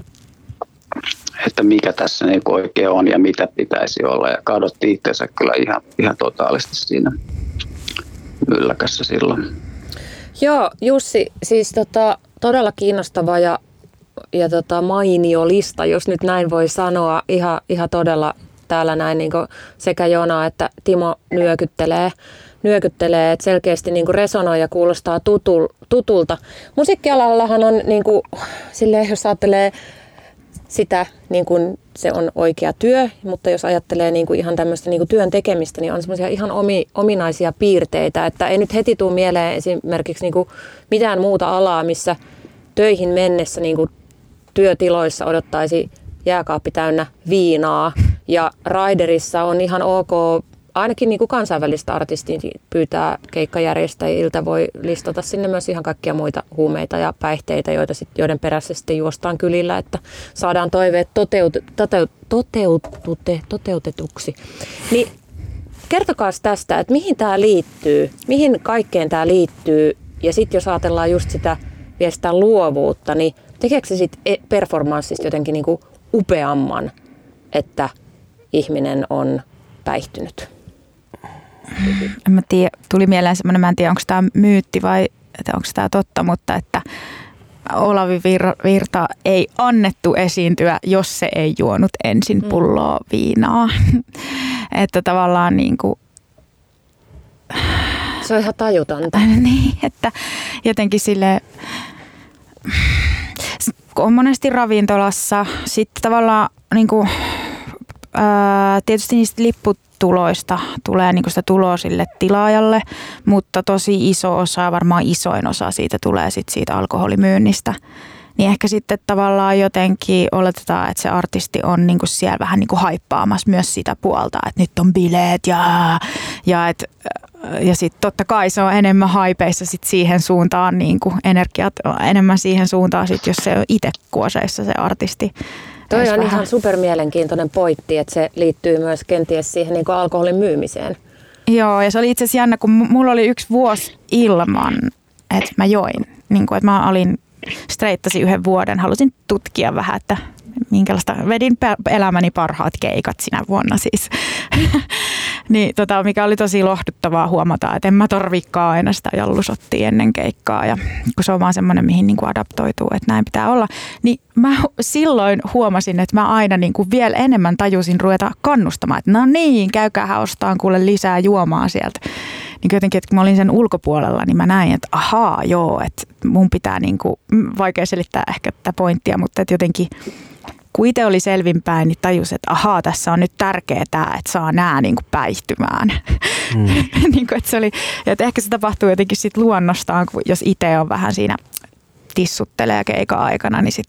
että mikä tässä niin kuin oikein on ja mitä pitäisi olla. Ja kadotti itsensä kyllä ihan totaalisesti siinä mylläkässä silloin. Joo, Jussi, siis todella kiinnostava ja mainio lista, jos nyt näin voi sanoa. Ihan todella täällä näin niin kuin sekä Joona että Timo nyökyttelee, että selkeästi niin kuin resonoi ja kuulostaa tutulta. Musiikkialallahan on, niin kuin, silleen, jos ajattelee sitä, niin kuin se on oikea työ, mutta jos ajattelee niin kuin ihan tämmöistä niin kuin työn tekemistä, niin on semmoisia ihan ominaisia piirteitä, että ei nyt heti tule mieleen esimerkiksi niin kuin mitään muuta alaa, missä töihin mennessä niin kuin työtiloissa odottaisi jääkaappi täynnä viinaa ja Raiderissa on ihan ok, ainakin niin kuin kansainvälistä artistia pyytää keikkajärjestäjiltä, voi listata sinne myös ihan kaikkia muita huumeita ja päihteitä, joiden perässä sitten juostaan kylillä, että saadaan toiveet toteutetuksi. Niin kertokaa tästä, että mihin tämä liittyy, mihin kaikkeen tämä liittyy ja sitten jos ajatellaan just sitä vielä sitä luovuutta, niin tekeekö se sitten performanssista jotenkin niin kuin upeamman, että ihminen on päihtynyt? En mä tiedä, tuli mieleen semmoinen, mä en tiedä onko tämä myytti vai että onko tämä totta, mutta että Olavi Virta ei annettu esiintyä, jos se ei juonut ensin pulloa viinaa. Että tavallaan niin kuin se on ihan tajutonta. Niin, että jotenkin silleen on monesti ravintolassa, sitten tavallaan niin kuin, tietysti niistä lipputuloista tulee niin kuin sitä tuloa sille tilaajalle, mutta tosi iso osa, varmaan isoin osa siitä tulee sitten siitä alkoholimyynnistä. Niin ehkä sitten tavallaan jotenkin oletetaan, että se artisti on niin kuin siellä vähän niin kuin haippaamassa myös sitä puolta, että nyt on bileet ja sitten totta kai se on enemmän haipeissa sit siihen suuntaan, niin kuin energiat on enemmän siihen suuntaan, sit, jos se on itse kuoseissa se artisti. Toi on ihan supermielenkiintoinen pointti, että se liittyy myös kenties siihen niin kuin alkoholin myymiseen. Joo, ja se oli itse asiassa jännä, kun mulla oli 1 vuosi ilman, että mä join. Niin kuin, että mä streittasin 1 vuoden, halusin tutkia vähän, että minkälaista, vedin elämäni parhaat keikat sinä vuonna siis. Niin, mikä oli tosi lohduttavaa huomata, että en mä tarvikaan aina sitä jallusottia ennen keikkaa. Ja kun se on vaan semmoinen, mihin niin kuin adaptoituu, että näin pitää olla. Niin mä silloin huomasin, että mä aina niin kuin vielä enemmän tajusin ruveta kannustamaan. Että no niin, käykäähän ostaan kuule lisää juomaa sieltä. niin jotenkin, että kun mä olin sen ulkopuolella, niin mä näin, että ahaa, joo, että mun pitää niin kuin, vaikea selittää ehkä tätä pointtia, mutta että jotenkin kun itse oli selvinpäin, niin tajus, että ahaa, tässä on nyt tärkeää tämä, että saa nää niin kuin päihtymään. Niin kuin, että se oli, että ehkä se tapahtuu jotenkin sit luonnostaan, jos itse on vähän siinä tissuttelee keikan aikana, niin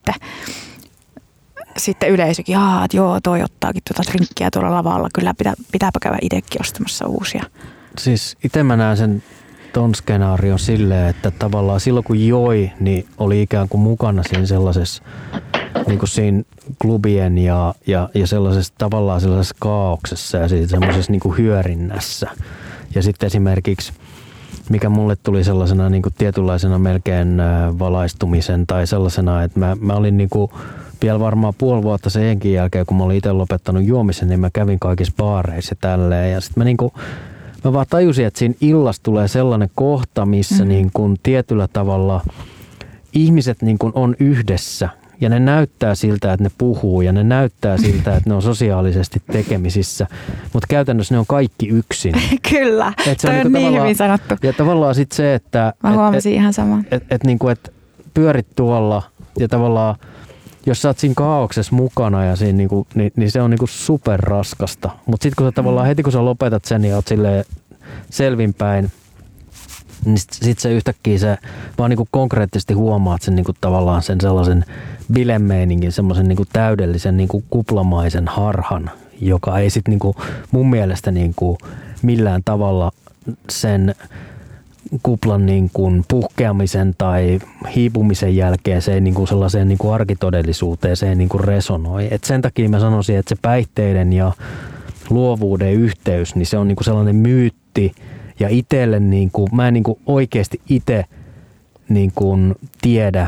sitten yleisökin, että joo, toi ottaakin tuota drinkkiä tuolla lavalla, kyllä pitääpä käydä itsekin ostamassa uusia. Siis itse mä näen sen ton skenaarion silleen, että tavallaan silloin kun joi, niin oli ikään kuin mukana siinä sellaisessa niin kuin siinä klubien ja sellaisessa tavallaan sellaisessa kaauksessa ja siitä semmoisessa niin kuin hyörinnässä. Ja sitten esimerkiksi, mikä mulle tuli sellaisena niin kuin tietynlaisena melkein valaistumisen tai sellaisena, että mä olin niin kuin vielä varmaan puoli vuotta senkin jälkeen, kun mä olin itse lopettanut juomisen, niin mä kävin kaikissa baareissa ja tälleen. Ja sitten mä vaan tajusin, että siinä illassa tulee sellainen kohta, missä niin kuin tietyllä tavalla ihmiset niin kuin on yhdessä. Ja ne näyttää siltä, että ne puhuu ja ne näyttää siltä, että ne on sosiaalisesti tekemisissä, mutta käytännössä ne on kaikki yksin. Kyllä, toi on niin hyvin sanottu. Ja tavallaan sitten se, että mä huomasin ihan saman. Et pyörit tuolla ja tavallaan, jos sä oot siinä kaauksessa mukana ja siinä niin se on niinku superraskasta. Mutta sitten kun sä tavallaan heti kun sä lopetat sen ja oot silleen selvinpäin, niin sitten se yhtäkkiä se vaan niinku konkreettisesti huomaat sen niinku tavallaan sen sellaisen bilemeiningin, semmoisen niinku täydellisen niinku kuplamaisen harhan, joka ei sitten niinku mun mielestä niinku millään tavalla sen kuplan niinku puhkeamisen tai hiipumisen jälkeen se ei niinku sellaiseen niinku arkitodellisuuteen se ei niinku resonoi. Et sen takia mä sanoisin, että se päihteiden ja luovuuden yhteys, niin se on niinku sellainen myytti. Ja itselle niinku, mä en niinku oikeasti itse niinku tiedä,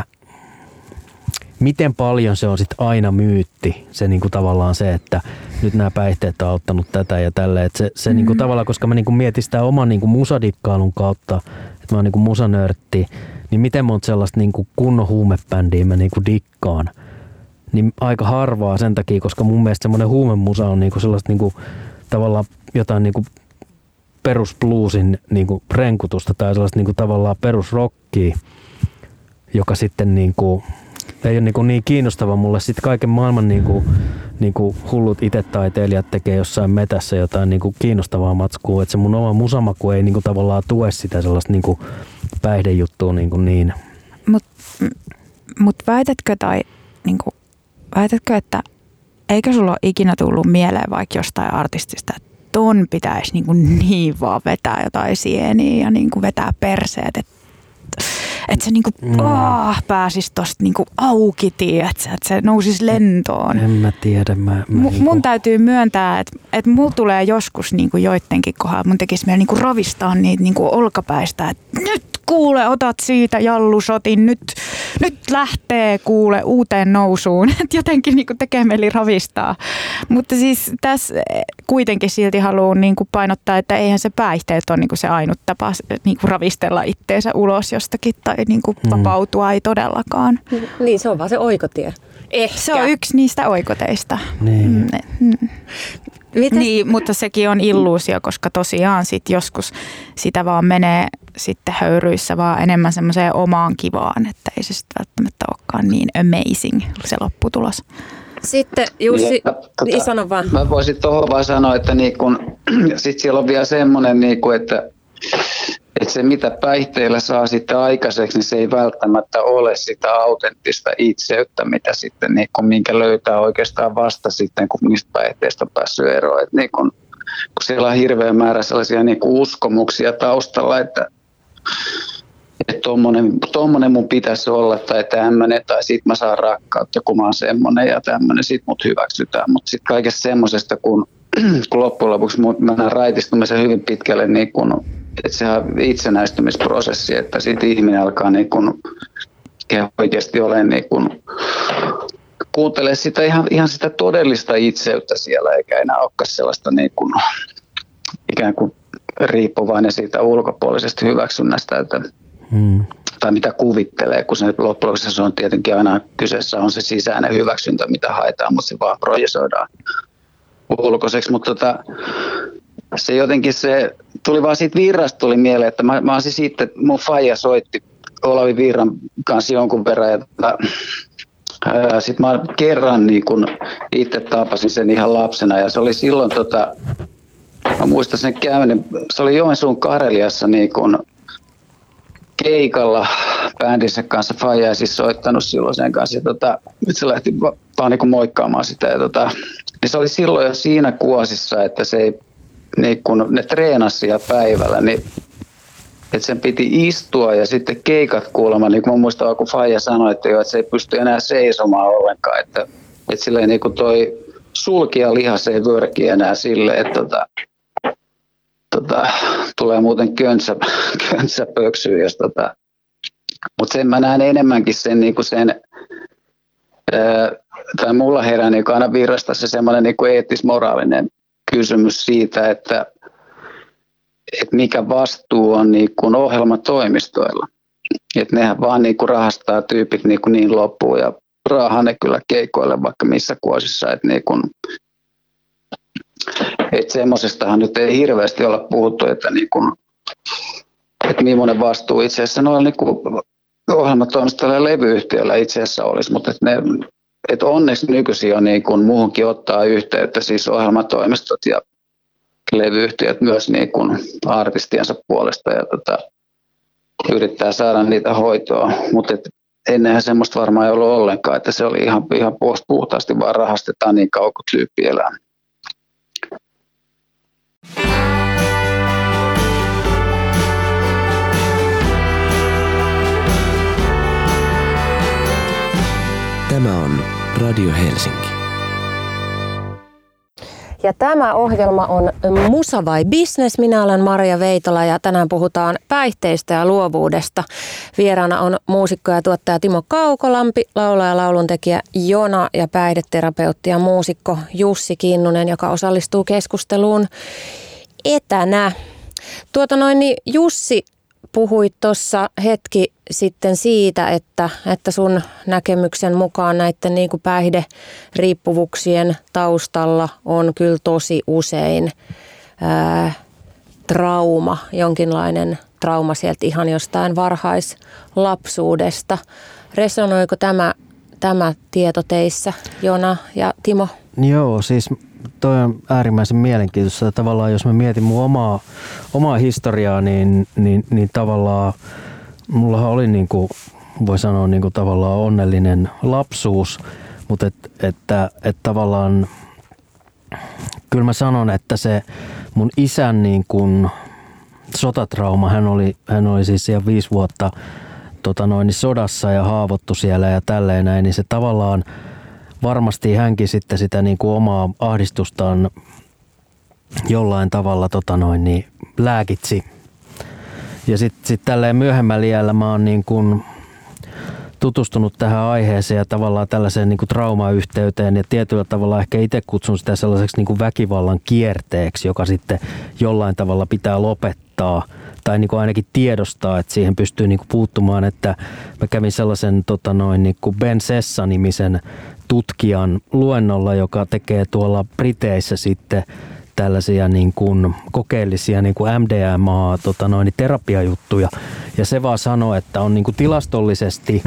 miten paljon se on sit aina myytti. Se niinku tavallaan se, että nyt nämä päihteet on auttanut tätä ja tälle. Et se niinku tavallaan, koska mä niinku mietin sitä oman niinku musadikkailun kautta, että mä oon niinku musanörtti, niin miten monta sellaista niinku kunnon huumebändiä mä niinku dikkaan. Niin aika harvaa sen takia, koska mun mielestä semmoinen huumemusa on niinku sellaista niinku, tavallaan jotain niinku perusbluesin niinku renkutusta tai sellaista niinku tavallaan perusrockia, joka sitten niinku ei ole niin kiinnostava mulle. Sitten kaiken maailman niinku hullut itetaiteilijat tekee jossain metässä jotain niinku kiinnostavaa matskua, että se mun oma musamaku ei niinku tavallaan tue sitä sellaista niinku päihdejuttua niin. Mut väitätkö että eikö sulla ole ikinä tullut mieleen vaikka jostain artistista, että ton pitäisi niin vaan vetää jotain sieniä ja niinku vetää perseet, että se niinku pääsisi tosta niinku auki, että se nousisi lentoon. En mä tiedä. Mun täytyy myöntää, että mulla tulee joskus niinku joidenkin kohdalla, mun tekisi meillä niinku ravistaa niitä niinku olkapäistä, että nyt kuule, otat siitä jallusotin, nyt lähtee kuule uuteen nousuun. Että jotenkin niinku tekee mieli ravistaa. Mutta siis tässä kuitenkin silti haluan niinku painottaa, että eihän se päihteet ole niinku se ainut tapa niinku ravistella itteensä ulos jostakin tai niinku vapautua, ei todellakaan. Niin, se on vaan se oikotie. Ehkä. Se on yksi niistä oikoteista. Niin. Niin, mutta sekin on illuusio, koska tosiaan sit joskus sitä vaan menee sitten höyryissä vaan enemmän semmoiseen omaan kivaan, että ei se sitten välttämättä olekaan niin amazing se lopputulos. Sitten Jussi, sano vaan. Mä voisin tuohon vaan sanoa, että sitten siellä on vielä semmoinen, että se mitä päihteillä saa sitten aikaiseksi, niin se ei välttämättä ole sitä autenttista itseyttä, mitä sitten, minkä löytää oikeastaan vasta sitten, kun niistä päihteistä on päässyt eroon. Kun siellä on hirveä määrä sellaisia uskomuksia taustalla, että tommonen mun pitäisi olla tai tämmöinen, tai sit mä saan rakkautta, kun mä oon semmonen ja tämmönen, sit mut hyväksytään. Mutta sitten kaikesta semmosesta, kun loppujen lopuksi mennään raitistumisen hyvin pitkälle, että se on itsenäistymisprosessi, että sitten ihminen alkaa oikeasti olemaan kuuntelee sitä ihan sitä todellista itseyttä siellä, eikä enää olekaan sellaista ikään kuin riippuvainen siitä ulkopuolisesta hyväksynnästä, tai mitä kuvittelee, kun se loppujen lopuksi se on tietenkin aina kyseessä on se sisäinen hyväksyntä, mitä haetaan, mutta se vaan projisoidaan ulkoiseksi. Mutta se jotenkin se tuli vaan siitä virrasta tuli mieleen, että mä olisin sitten, mun faija soitti Olavi Virran kanssa jonkun verran ja sitten mä kerran niin kun itse tapasin sen ihan lapsena ja se oli silloin, mä muistan sen käynnin, se oli Joensuun Kareliassa niin kun keikalla bändinsä kanssa, faija ei siis soittanut silloin sen kanssa ja nyt se lähti vaan niin kun moikkaamaan sitä ja niin se oli silloin jo siinä kuosissa, että se ei, niin kun ne treenasi siellä päivällä, niin että sen piti istua ja sitten keikat kuulemma, niin kuin mä muistan, kun faija sanoi, että se ei pysty enää seisomaan ollenkaan, että silleen niin kuin toi sulkia lihas ei vörki enää silleen, että tulee muuten köntsä pöksyä, jos mutta sen mä näen enemmänkin sen niin kuin sen, tai mulla herää niin aina Virrasta se semmoinen niin kuin eettis-moraalinen kysymys siitä, että mikä vastuu on niin kuin ohjelmatoimistoilla. Että nehän vaan niin kuin rahastaa tyypit niin loppuun ja raahaa ne kyllä keikoille vaikka missä kuosissa. Että semmoisestahan nyt ei hirveästi olla puhuttu, että millainen vastuu itse asiassa noilla niin ohjelmatoimistoilla ja levyyhtiöillä itse asiassa olisi. Mutta että onneksi nykyisin on niin kuin muuhunkin ottaa yhteyttä, siis ohjelmatoimistot ja levyyhtiöt myös niin kuin artistiensa puolesta ja yrittää saada niitä hoitoa, mutta ennenhän semmoista varmaan ei ollut ollenkaan, että se oli ihan puhtaasti vaan rahastetaan niin kauan kuin tyyppi elää. Tämä on Radio Helsinki. Ja tämä ohjelma on Musa vai Business. Minä olen Maria Veitola ja tänään puhutaan päihteistä ja luovuudesta. Vieraana on muusikko ja tuottaja Timo Kaukolampi, laulaja ja lauluntekijä Jona ja päihdeterapeutti ja muusikko Jussi Kinnunen, joka osallistuu keskusteluun etänä. Jussi, puhuit tuossa hetki sitten siitä, että sun näkemyksen mukaan näiden niin kuin päihderiippuvuuksien taustalla on kyllä tosi usein trauma, jonkinlainen trauma sieltä ihan jostain varhaislapsuudesta. Resonoiko tämä tieto teissä, Jona ja Timo? Joo, siis toi on äärimmäisen mielenkiintoista. Tavallaan jos mä mietin mun omaa historiaa, niin tavallaan mullahan oli niinku, voi sanoa niinku tavallaan onnellinen lapsuus, mutta että tavallaan kyllä mä sanon, että se mun isän niin kuin sotatrauma, hän oli siis siellä 5 vuotta sodassa ja haavoittu siellä ja tälleen näin, niin se tavallaan varmasti hänkin sitten sitä niin kuin omaa ahdistustaan jollain tavalla lääkitsi. Ja sitten tälleen myöhemmällä iällä mä oon niin kuin tutustunut tähän aiheeseen ja tavallaan tällaiseen niin kuin traumayhteyteen ja tietyllä tavalla ehkä itse kutsun sitä sellaiseksi niin kuin väkivallan kierteeksi, joka sitten jollain tavalla pitää lopettaa tai niin kuin ainakin tiedostaa, että siihen pystyy niin kuin puuttumaan, että mä kävin sellaisen niin kuin Ben Sessa-nimisen tutkijan luennolla, joka tekee tuolla Briteissä sitten tällaisia niin kuin kokeellisia niin kuin MDMA terapiajuttuja. Ja se vaan sanoo, että on niin kuin tilastollisesti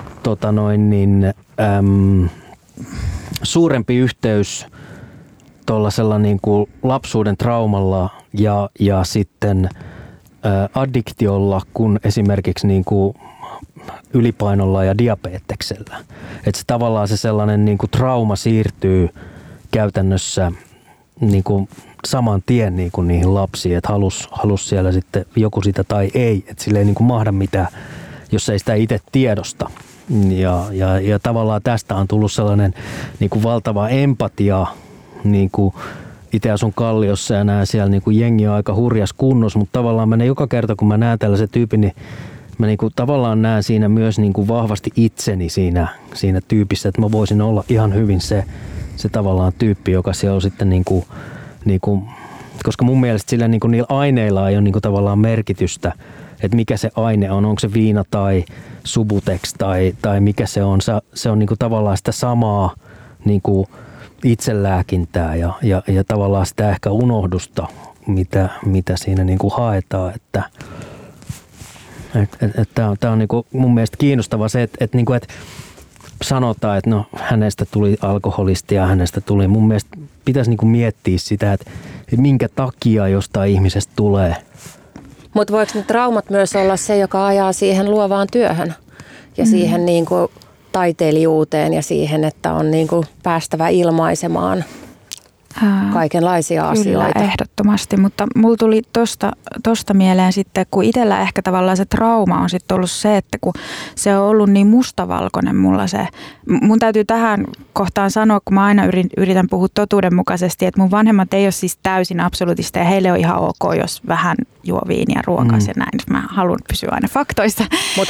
suurempi yhteys tuollaisella niin kuin lapsuuden traumalla ja sitten addiktiolla kuin esimerkiksi niin kuin ylipainolla ja diabeteksellä. Että se tavallaan se sellainen niin kuin trauma siirtyy käytännössä niin kuin saman tien niin kuin niihin lapsiin, että halus siellä sitten joku sitä tai ei, että sille ei niin kuin mahda mitään, jos ei sitä itse tiedosta. Ja tavallaan tästä on tullut sellainen niin kuin valtava empatia, niin kuin itse asun Kalliossa ja näen siellä niin kuin jengi on aika hurjas kunnossa, mutta tavallaan mä joka kerta kun mä näen tällaisen tyypin, niin mä niin kuin tavallaan näen siinä myös niin kuin vahvasti itseni siinä tyypissä, että mä voisin olla ihan hyvin se tavallaan tyyppi, joka siellä on sitten niin kuin, koska mun mielestä sillä niin kuin niillä aineilla ei ole niin kuin tavallaan merkitystä, että mikä se aine on, onko se viina tai Subutex tai mikä se on. Se on niin kuin tavallaan sitä samaa niin kuin itselääkintää ja tavallaan sitä ehkä unohdusta mitä siinä niin kuin haetaan. Että tämä on niin kuin mun mielestä kiinnostavaa se, että sanotaan, että no hänestä tuli alkoholisti ja hänestä tuli. Mun mielestä pitäisi niin kuin miettiä sitä, että minkä takia jostain ihmisestä tulee. Mutta voiko ne traumat myös olla se, joka ajaa siihen luovaan työhön ja siihen niin kuin taiteilijuuteen ja siihen, että on niin kuin päästävä ilmaisemaan kaikenlaisia asioita? Kyllä, ehdottomasti, mutta mulla tuli tosta mieleen sitten, kun itsellä ehkä tavallaan se trauma on sitten ollut se, että kun se on ollut niin mustavalkoinen mulla se. Mun täytyy tähän kohtaan sanoa, kun mä aina yritän puhua totuudenmukaisesti, että mun vanhemmat ei ole siis täysin absoluutista ja heille on ihan ok, jos vähän juo viiniä ruokas ja näin. Mä haluan pysyä aina faktoissa. Mutta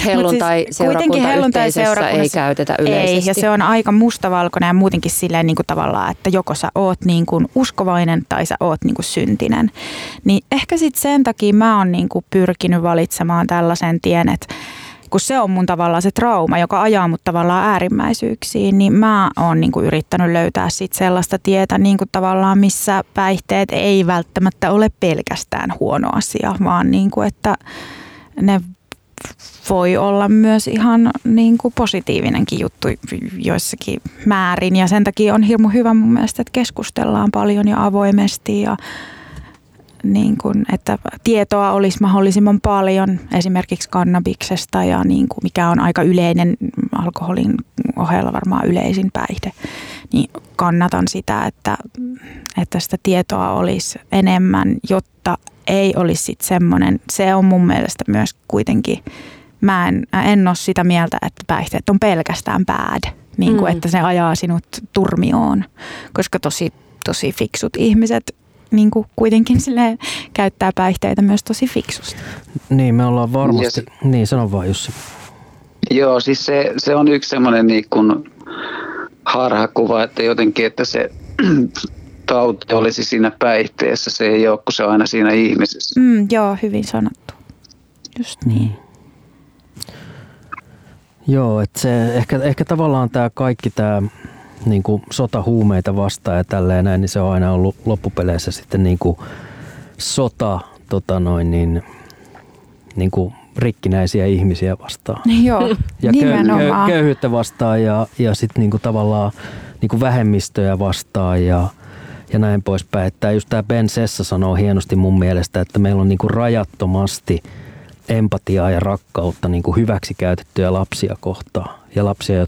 helluntai-seurakuntayhteisössä ei käytetä yleisesti. Ei, ja se on aika mustavalkoinen ja muutenkin silleen niin kuin tavallaan, että joko sä oot niin kuin uskovainen tai sä oot niin kuin syntinen. Niin ehkä sitten sen takia mä oon niin kuin pyrkinyt valitsemaan tällaisen tien, että kun se on mun tavallaan se trauma, joka ajaa mut tavallaan äärimmäisyyksiin, niin mä oon niin kuin yrittänyt löytää sit sellaista tietä niin kuin tavallaan, missä päihteet ei välttämättä ole pelkästään huono asia, vaan niin kuin, että ne voi olla myös ihan niin kuin positiivinenkin juttu joissakin määrin. Ja sen takia on hirmu hyvä mun mielestä, että keskustellaan paljon ja avoimesti ja niin kuin, että tietoa olisi mahdollisimman paljon esimerkiksi kannabiksesta ja niin kuin mikä on aika yleinen, alkoholin ohella varmaan yleisin päihde, niin kannatan sitä, että sitä tietoa olisi enemmän, jotta ei olisi sitten semmoinen, se on mun mielestä myös kuitenkin, mä en ole sitä mieltä, että päihteet on pelkästään bad, niin kuin, että se ajaa sinut turmioon, koska tosi fiksut ihmiset niin kuin kuitenkin silleen käyttää päihteitä myös tosi fiksusti. Niin, me ollaan varmasti. Niin, sano vaan Jussi. Joo, siis se on yksi semmoinen niin kuin harhakuva, että jotenkin, että se tauti olisi siinä päihteessä. Se ei ole, kun se on aina siinä ihmisessä. Joo, hyvin sanottu. Just niin. Joo, että se ehkä tavallaan tämä kaikki tämä niin kuin sota huumeita vastaan ja tälleen näin, niin se on aina ollut loppupeleissä sitten niin kuin sota niin kuin rikkinäisiä ihmisiä vastaan. Joo, ja nimenomaan. Köyhyyttä vastaan ja sitten niin kuin tavallaan niin kuin vähemmistöjä vastaan ja näin poispäin. Että just tämä Ben Sessa sanoo hienosti mun mielestä, että meillä on niin kuin rajattomasti empatiaa ja rakkautta niin kuin hyväksikäytettyjä lapsia kohtaan. Ja lapsia,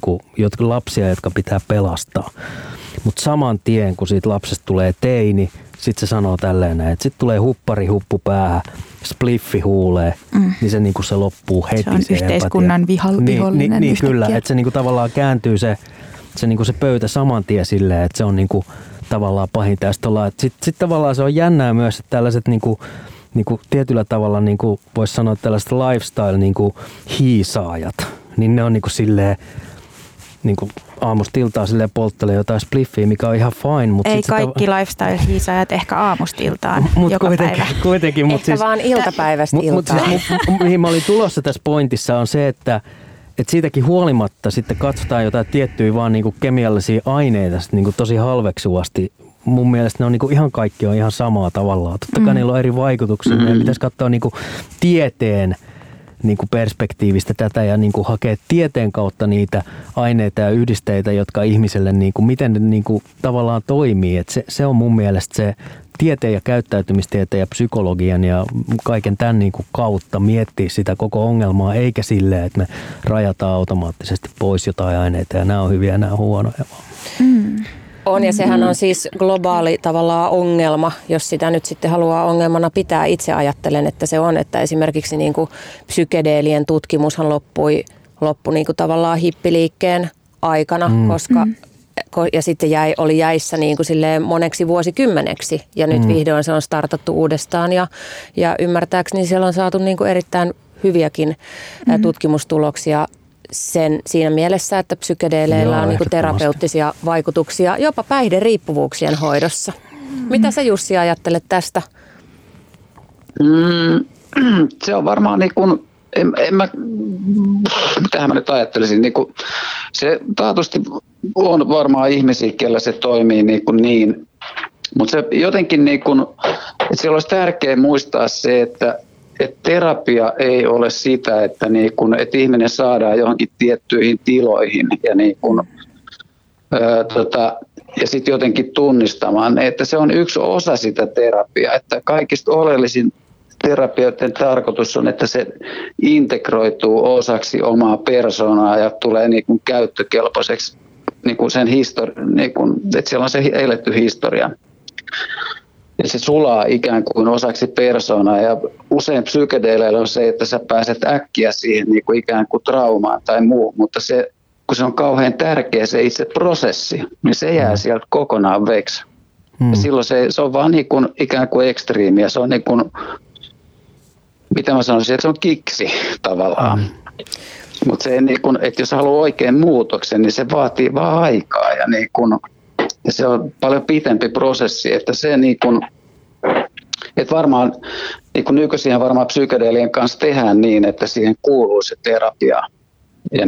jotka pitää pelastaa. Mutta saman tien, kun siitä lapsesta tulee teini, sitten se sanoo tälleen, että sitten tulee huppari huppu päähän, spliffi huulee, niin se, niinku se loppuu heti. Se on yhteiskunnan vihollinen. Niin kyllä, että se niinku tavallaan kääntyy se pöytä saman tien silleen, että se on niinku tavallaan pahinta. Sitten tavallaan se on jännää myös, että tällaiset niinku tietyllä tavalla niinku voisi sanoa tällaiset lifestyle niinku hiisaajat, niin ne on niinku silleen niinku aamusta iltaan silleen polttelee jotain spliffiä, mikä on ihan fine. Mutta ei kaikki lifestyle-hiisaajat ehkä aamusta iltaan joka päivä. Kuitenkin, ehkä siis, vaan iltapäivästä iltaan. Mihin mä olin tulossa tässä pointissa on se, että siitäkin huolimatta sitten katsotaan jotain tiettyjä vaan niinku kemiallisia aineita niinku tosi halveksuvasti. Mun mielestä ne on niinku ihan kaikki on ihan samaa tavallaan. Totta kai niillä on eri vaikutuksia. Meidän pitäisi katsoa niinku tieteen niinku perspektiivistä tätä ja niinku hakea tieteen kautta niitä aineita ja yhdisteitä, jotka ihmiselle, niinku, miten ne niinku tavallaan toimii. Et se on mun mielestä se tieteen ja käyttäytymistieteen ja psykologian ja kaiken tämän niinku kautta miettiä sitä koko ongelmaa, eikä silleen, että me rajataan automaattisesti pois jotain aineita ja nämä on hyviä ja nämä on huonoja. On, ja sehän on siis globaali tavallaan ongelma, jos sitä nyt sitten haluaa ongelmana pitää. Itse ajattelen, että se on, että esimerkiksi niin kuin psykedeelien tutkimushan loppui niin kuin tavallaan hippiliikkeen aikana, koska ja sitten oli jäissä niin kuin silleen moneksi vuosikymmeneksi, ja nyt vihdoin se on startattu uudestaan, ja ymmärtääkseni siellä on saatu niin kuin erittäin hyviäkin tutkimustuloksia siinä mielessä, että psykedeeleillä on niinku terapeuttisia vaikutuksia jopa päihderiippuvuuksien hoidossa. Mitä sä Jussi ajattelet tästä? Se on varmaan niin kuin, mitähän mä nyt ajattelisin, se taatusti on varmaan ihmisiä, kellä se toimii niin, mutta se jotenkin Silloin olisi tärkeää muistaa se, että terapia ei ole sitä, että ihminen saadaan johonkin tiettyihin tiloihin ja ja sitten jotenkin tunnistamaan, että se on yksi osa sitä terapiaa, että kaikista oleellisin terapioiden tarkoitus on, että se integroituu osaksi omaa persoonaa ja tulee käyttökelpoiseksi sen että siellä on se eletty historia. Ja se sulaa ikään kuin osaksi persoonaa ja usein psykedeleillä on se, että sä pääset äkkiä siihen ikään kuin traumaan tai muu, mutta kun se on kauhean tärkeä se itse prosessi, niin se jää sieltä kokonaan veksi. Ja silloin se on vaan ikään kuin ekstriimiä, se on mitä mä sanoisin, että se on kiksi tavallaan. Mutta se että jos haluaa oikein muutoksen, niin se vaatii vaan aikaa ja se on paljon pitempi prosessi, että se että varmaan nykyisin varmaan psykedeelien kanssa tehdään niin, että siihen kuuluu se terapia ja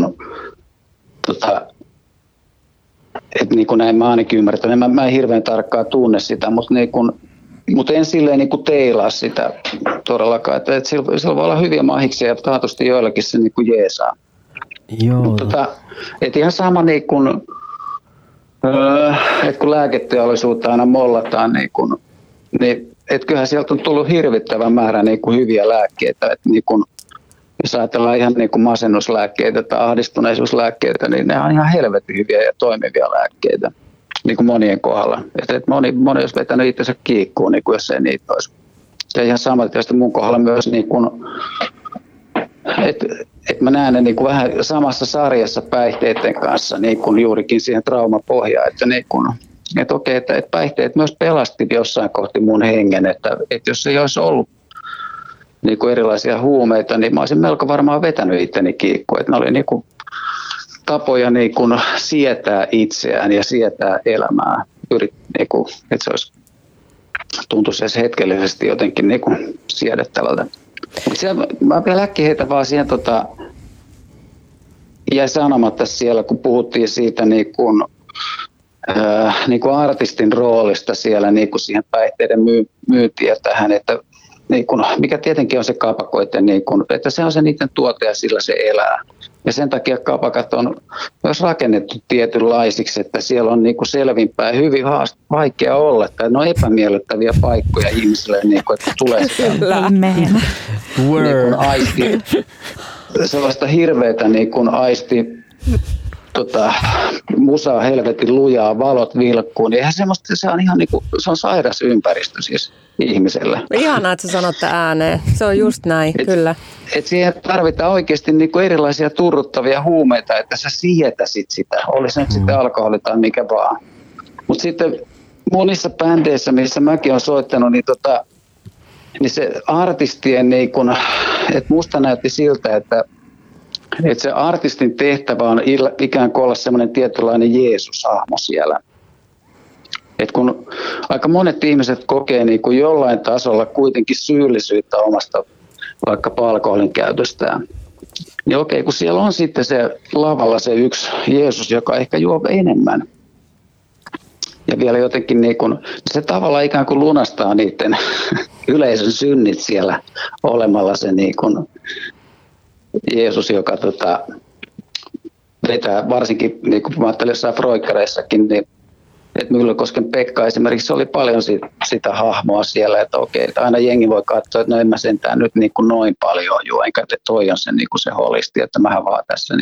että näin mä ainakin ymmärrän. Mä en hirveän tarkkaan tunne sitä, mutta en silleen teilaa sitä todellakaan, että sillä voi olla hyviä mahiksia ja taatusti joillakin se jeesaa. Joo. Että ihan sama että kun lääketeollisuutta aina mollataan, niin että kyllähän sieltä on tullut hirvittävä määrä hyviä lääkkeitä. Että jos ajatellaan ihan masennuslääkkeitä tai ahdistuneisuuslääkkeitä, niin ne on ihan helvetin hyviä ja toimivia lääkkeitä monien kohdalla. Että moni olisi vetänyt itsensä kiikkuun, jos ei niitä olisi. Ja ihan sama tietysti mun kohdalla myös, että mä näen ne vähän samassa sarjassa päihteiden kanssa, juurikin siihen traumapohjaan, että okei, että päihteet myös pelasti jossain kohti mun hengen, että jos ei olisi ollut erilaisia huumeita, niin mä olisin melko varmaan vetänyt itteni kiikkuun, että ne oli tapoja sietää itseään ja sietää elämää, että se olisi tuntuisi edes hetkellisesti jotenkin siedettävältä. Mä vielä äkkiä heitä vaan siihen jäi sanomatta siellä, kun puhuttiin siitä artistin roolista siellä siihen päihteiden myyntiin ja tähän, että mikä tietenkin on se kapakoiden, että se on se niiden tuote ja sillä se elää. Ja sen takia kapakat on myös rakennettu tietynlaisiksi, että siellä on selvinpäin hyvin vaikea olla, tai ne on epämiellyttäviä paikkoja ihmisille, että tulee sitä aisti, sellaista hirveätä aisti musaa helvetin lujaa, valot vilkkuu, niin eihän semmoista, se on ihan se on sairas ympäristö siis ihmiselle. Ihanaa, että sä sanot ääneen. Se on just näin, kyllä. Et siihen tarvitaan oikeasti erilaisia turruttavia huumeita, että sä sietäsit sitä, olisi nyt sitten alkoholi tai mikä vaan. Mutta sitten monissa bändeissä, missä mäkin olen soittanut, niin se artistien, että musta näytti siltä, että se artistin tehtävä on ikään kuin olla semmoinen tietynlainen Jeesus-hahmo siellä. Et kun aika monet ihmiset kokee jollain tasolla kuitenkin syyllisyyttä omasta vaikka alkoholin käytöstään, niin okei, kun siellä on sitten se lavalla se yksi Jeesus, joka ehkä juo enemmän. Ja vielä jotenkin se tavallaan ikään kuin lunastaa niiden yleisön synnit siellä olemalla se Jeesus, joka vetää varsinkin, kun mä ajattelin jossain froikkareissakin, niin että Myllykosken Pekka esimerkiksi, se oli paljon sitä hahmoa siellä, että okei, että aina jengi voi katsoa, että no en mä sentään nyt noin paljon juo, enkä että toi on se, se holisti, että mähän vaan tässä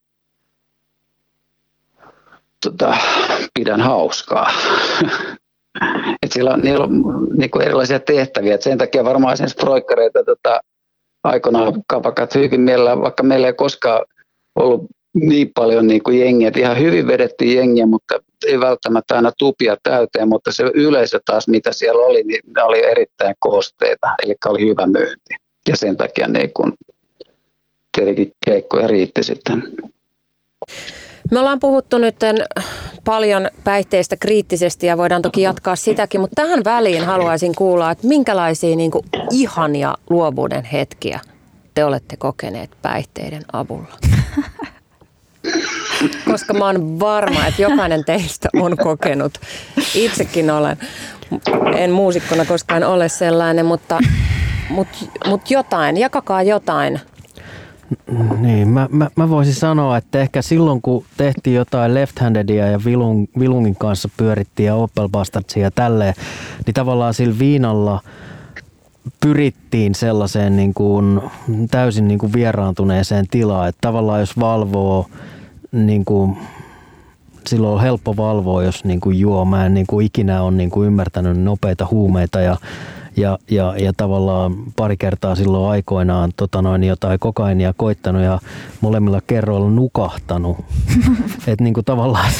pidän hauskaa. Että niillä on erilaisia tehtäviä, että sen takia varmaan esimerkiksi froikkareita aikoinaan kapakat hyvin mielellään, vaikka meillä ei koskaan ollut niin paljon jengiä, että ihan hyvin vedettiin jengiä, mutta ei välttämättä aina tupia täyteen, mutta se yleisö taas, mitä siellä oli, niin ne oli erittäin koosteita, eli oli hyvä myynti. Ja sen takia tietenkin keikkoja riitti sitten. Me ollaan puhuttu nyt paljon päihteistä kriittisesti ja voidaan toki jatkaa sitäkin, mutta tähän väliin haluaisin kuulla, että minkälaisia ihania luovuuden hetkiä te olette kokeneet päihteiden avulla? koska mä oon varma, että jokainen teistä on kokenut. Itsekin olen. En muusikkona koskaan ole sellainen, mutta jotain, jakakaa jotain. Niin, mä voisin sanoa, että ehkä silloin kun tehtiin jotain Left-Handedia ja Vilungin kanssa pyörittiin ja Opel Bastardsia ja tälleen, niin tavallaan sillä viinalla pyrittiin sellaiseen niin kuin täysin niin kuin vieraantuneeseen tilaan, että tavallaan jos valvoo, niin kuin, silloin on helppo valvoa, jos niin kuin juo. Mä en niin kuin ikinä ole niin kuin ymmärtänyt nopeita huumeita ja tavallaan pari kertaa silloin aikoinaan jotain kokainia koittanut ja molemmilla kerroilla nukahtanut. Että niinku tavallaan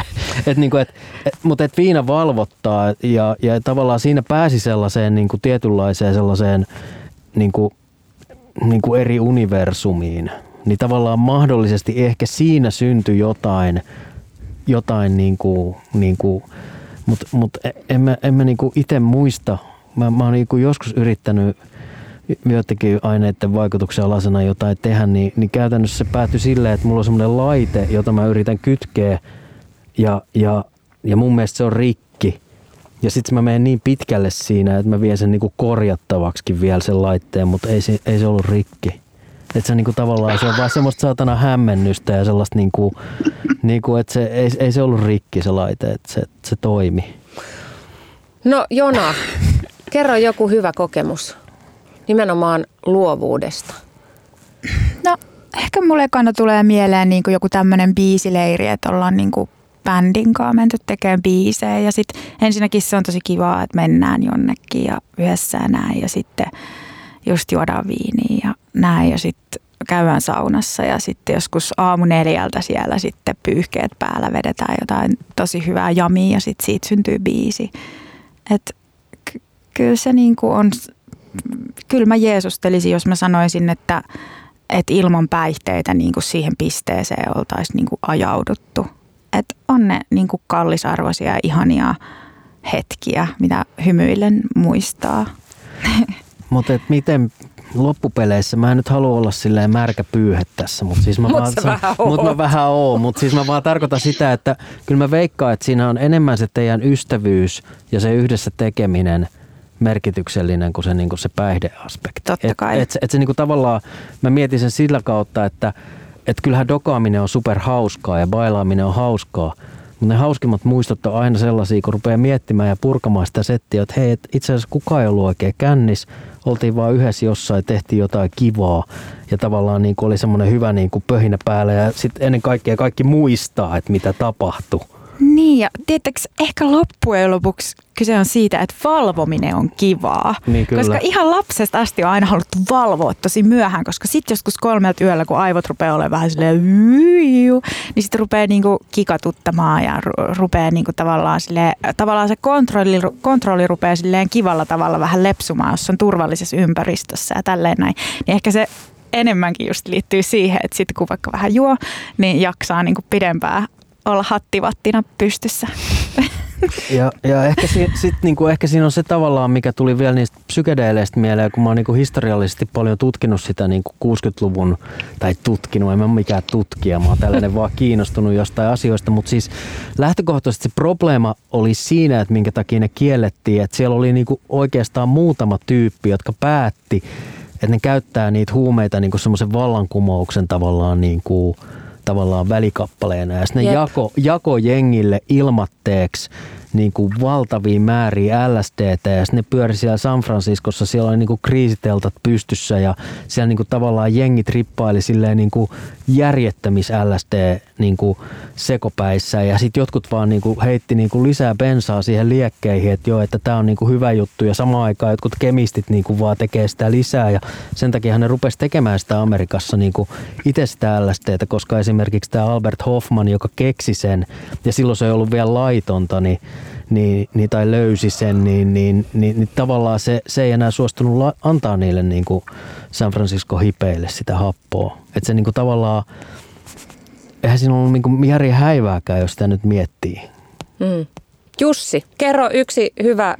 mutta viina valvottaa ja tavallaan siinä pääsi sellaiseen niinku tietynlaiseen sellaiseen niinku eri universumiin. Niin tavallaan mahdollisesti ehkä siinä syntyi jotain mutta en mä niinku itse muista. Mä oon niinku joskus yrittänyt joidenkin aineiden vaikutuksen alasena jotain tehdä, niin käytännössä se päättyi silleen, että mulla on semmoinen laite, jota mä yritän kytkeä ja mun mielestä se on rikki. Ja sit mä menen niin pitkälle siinä, että mä vien sen niinku korjattavaksikin vielä sen laitteen, mutta ei se ollut rikki. Että se niinku tavallaan se on vaan semmoista saatana hämmennystä ja sellaista niinku että ei se ollut rikki se laite, että se toimi. No Jona, kerro joku hyvä kokemus nimenomaan luovuudesta. No ehkä mulle ekana tulee mieleen niin kuin joku tämmöinen biisileiri, että ollaan niin kuin bändin kanssa menty tekemään biisejä ja sitten ensinnäkin se on tosi kivaa, että mennään jonnekin ja yhdessä ja näin ja sitten just juodaan viiniä ja näin ja sitten käydään saunassa ja sitten joskus 4:00 siellä sitten pyyhkeet päällä vedetään jotain tosi hyvää jamia ja sitten siitä syntyy biisi. Että kyllä se niinku on, kyllä mä jeesustelisin, jos mä sanoisin, että ilman päihteitä niinku siihen pisteeseen oltaisiin niinku ajauduttu. Että on ne niinku kallisarvoisia ja ihania hetkiä, mitä hymyillen muistaa. Mutta miten loppupeleissä, mä en nyt halua olla silleen märkä pyyhe tässä, mutta siis mä vähän oon. Mutta siis mä vaan tarkoitan sitä, että kyllä mä veikkaan, että siinä on enemmän se teidän ystävyys ja se yhdessä tekeminen merkityksellinen kuin se, niinku se päihdeaspekti. Totta kai. Et se niinku tavallaan, mä mietin sen sillä kautta, että kyllähän dokaaminen on superhauskaa ja bailaaminen on hauskaa. Mutta ne hauskimmat muistot on aina sellaisia, kun rupeaa miettimään ja purkamaan sitä settiä, että hei, itse asiassa kukaan ei ollut oikein kännis. Oltiin vaan yhdessä jossain, tehtiin jotain kivaa ja tavallaan niin kuin oli semmoinen hyvä niin kuin pöhinä päällä ja sitten ennen kaikkea kaikki muistaa, että mitä tapahtui. Niin ja tietääkö, ehkä loppujen lopuksi kyse on siitä, että valvominen on kivaa. Niin, koska ihan lapsesta asti on aina haluttu valvoa tosi myöhään, koska sitten joskus 3 yöllä, kun aivot rupeaa olemaan vähän silleen niin sitten rupeaa niinku kikatuttamaan ja rupeaa niinku tavallaan se kontrolli rupeaa silleen kivalla tavalla vähän lepsumaan, jos on turvallisessa ympäristössä ja tälleen näin. Niin ehkä se enemmänkin just liittyy siihen, että sitten kun vaikka vähän juo, niin jaksaa niinku pidempään olla hattivattina pystyssä. Ja ehkä siinä on se tavallaan, mikä tuli vielä niistä psykedeleistä mieleen, kun mä oon niinku historiallisesti paljon tutkinut sitä niinku 60-luvun, tai tutkinut, en mä mikään tutkija, mä oon tällainen vaan kiinnostunut jostain asioista, mutta siis lähtökohtaisesti se probleema oli siinä, että minkä takia ne kiellettiin, että siellä oli niinku oikeastaan muutama tyyppi, jotka päätti, että ne käyttää niitä huumeita niinku semmoisen vallankumouksen tavallaan välikappaleena ja sitten ne jako jengille ilmatteeksi niin kuin valtavia määriä LSDtä ja sitten ne pyöri siellä San Franciscossa, siellä oli niin kuin kriisiteltat pystyssä ja siellä niin kuin tavallaan jengi trippaili silleen niin kuin järjettömis LSD niin kuin sekopäissä ja sitten jotkut vaan niin kuin heitti niin kuin lisää bensaa siihen liekkeihin, että joo, että tää on niin kuin hyvä juttu ja samaan aikaan jotkut kemistit niin kuin vaan tekee sitä lisää ja sen takia ne rupesi tekemään sitä Amerikassa niin kuin itse sitä LSDtä, koska esimerkiksi tämä Albert Hoffman, joka keksi sen ja silloin se ei ollut vielä laitonta, tai löysi sen, niin tavallaan se ei enää suostunut antaa niille niin kuin San Francisco hipeille sitä happoa. Että se niin kuin tavallaan, eihän siinä ollut niin kuin järjen häivääkään, jos sitä nyt miettii. Jussi, kerro yksi hyvä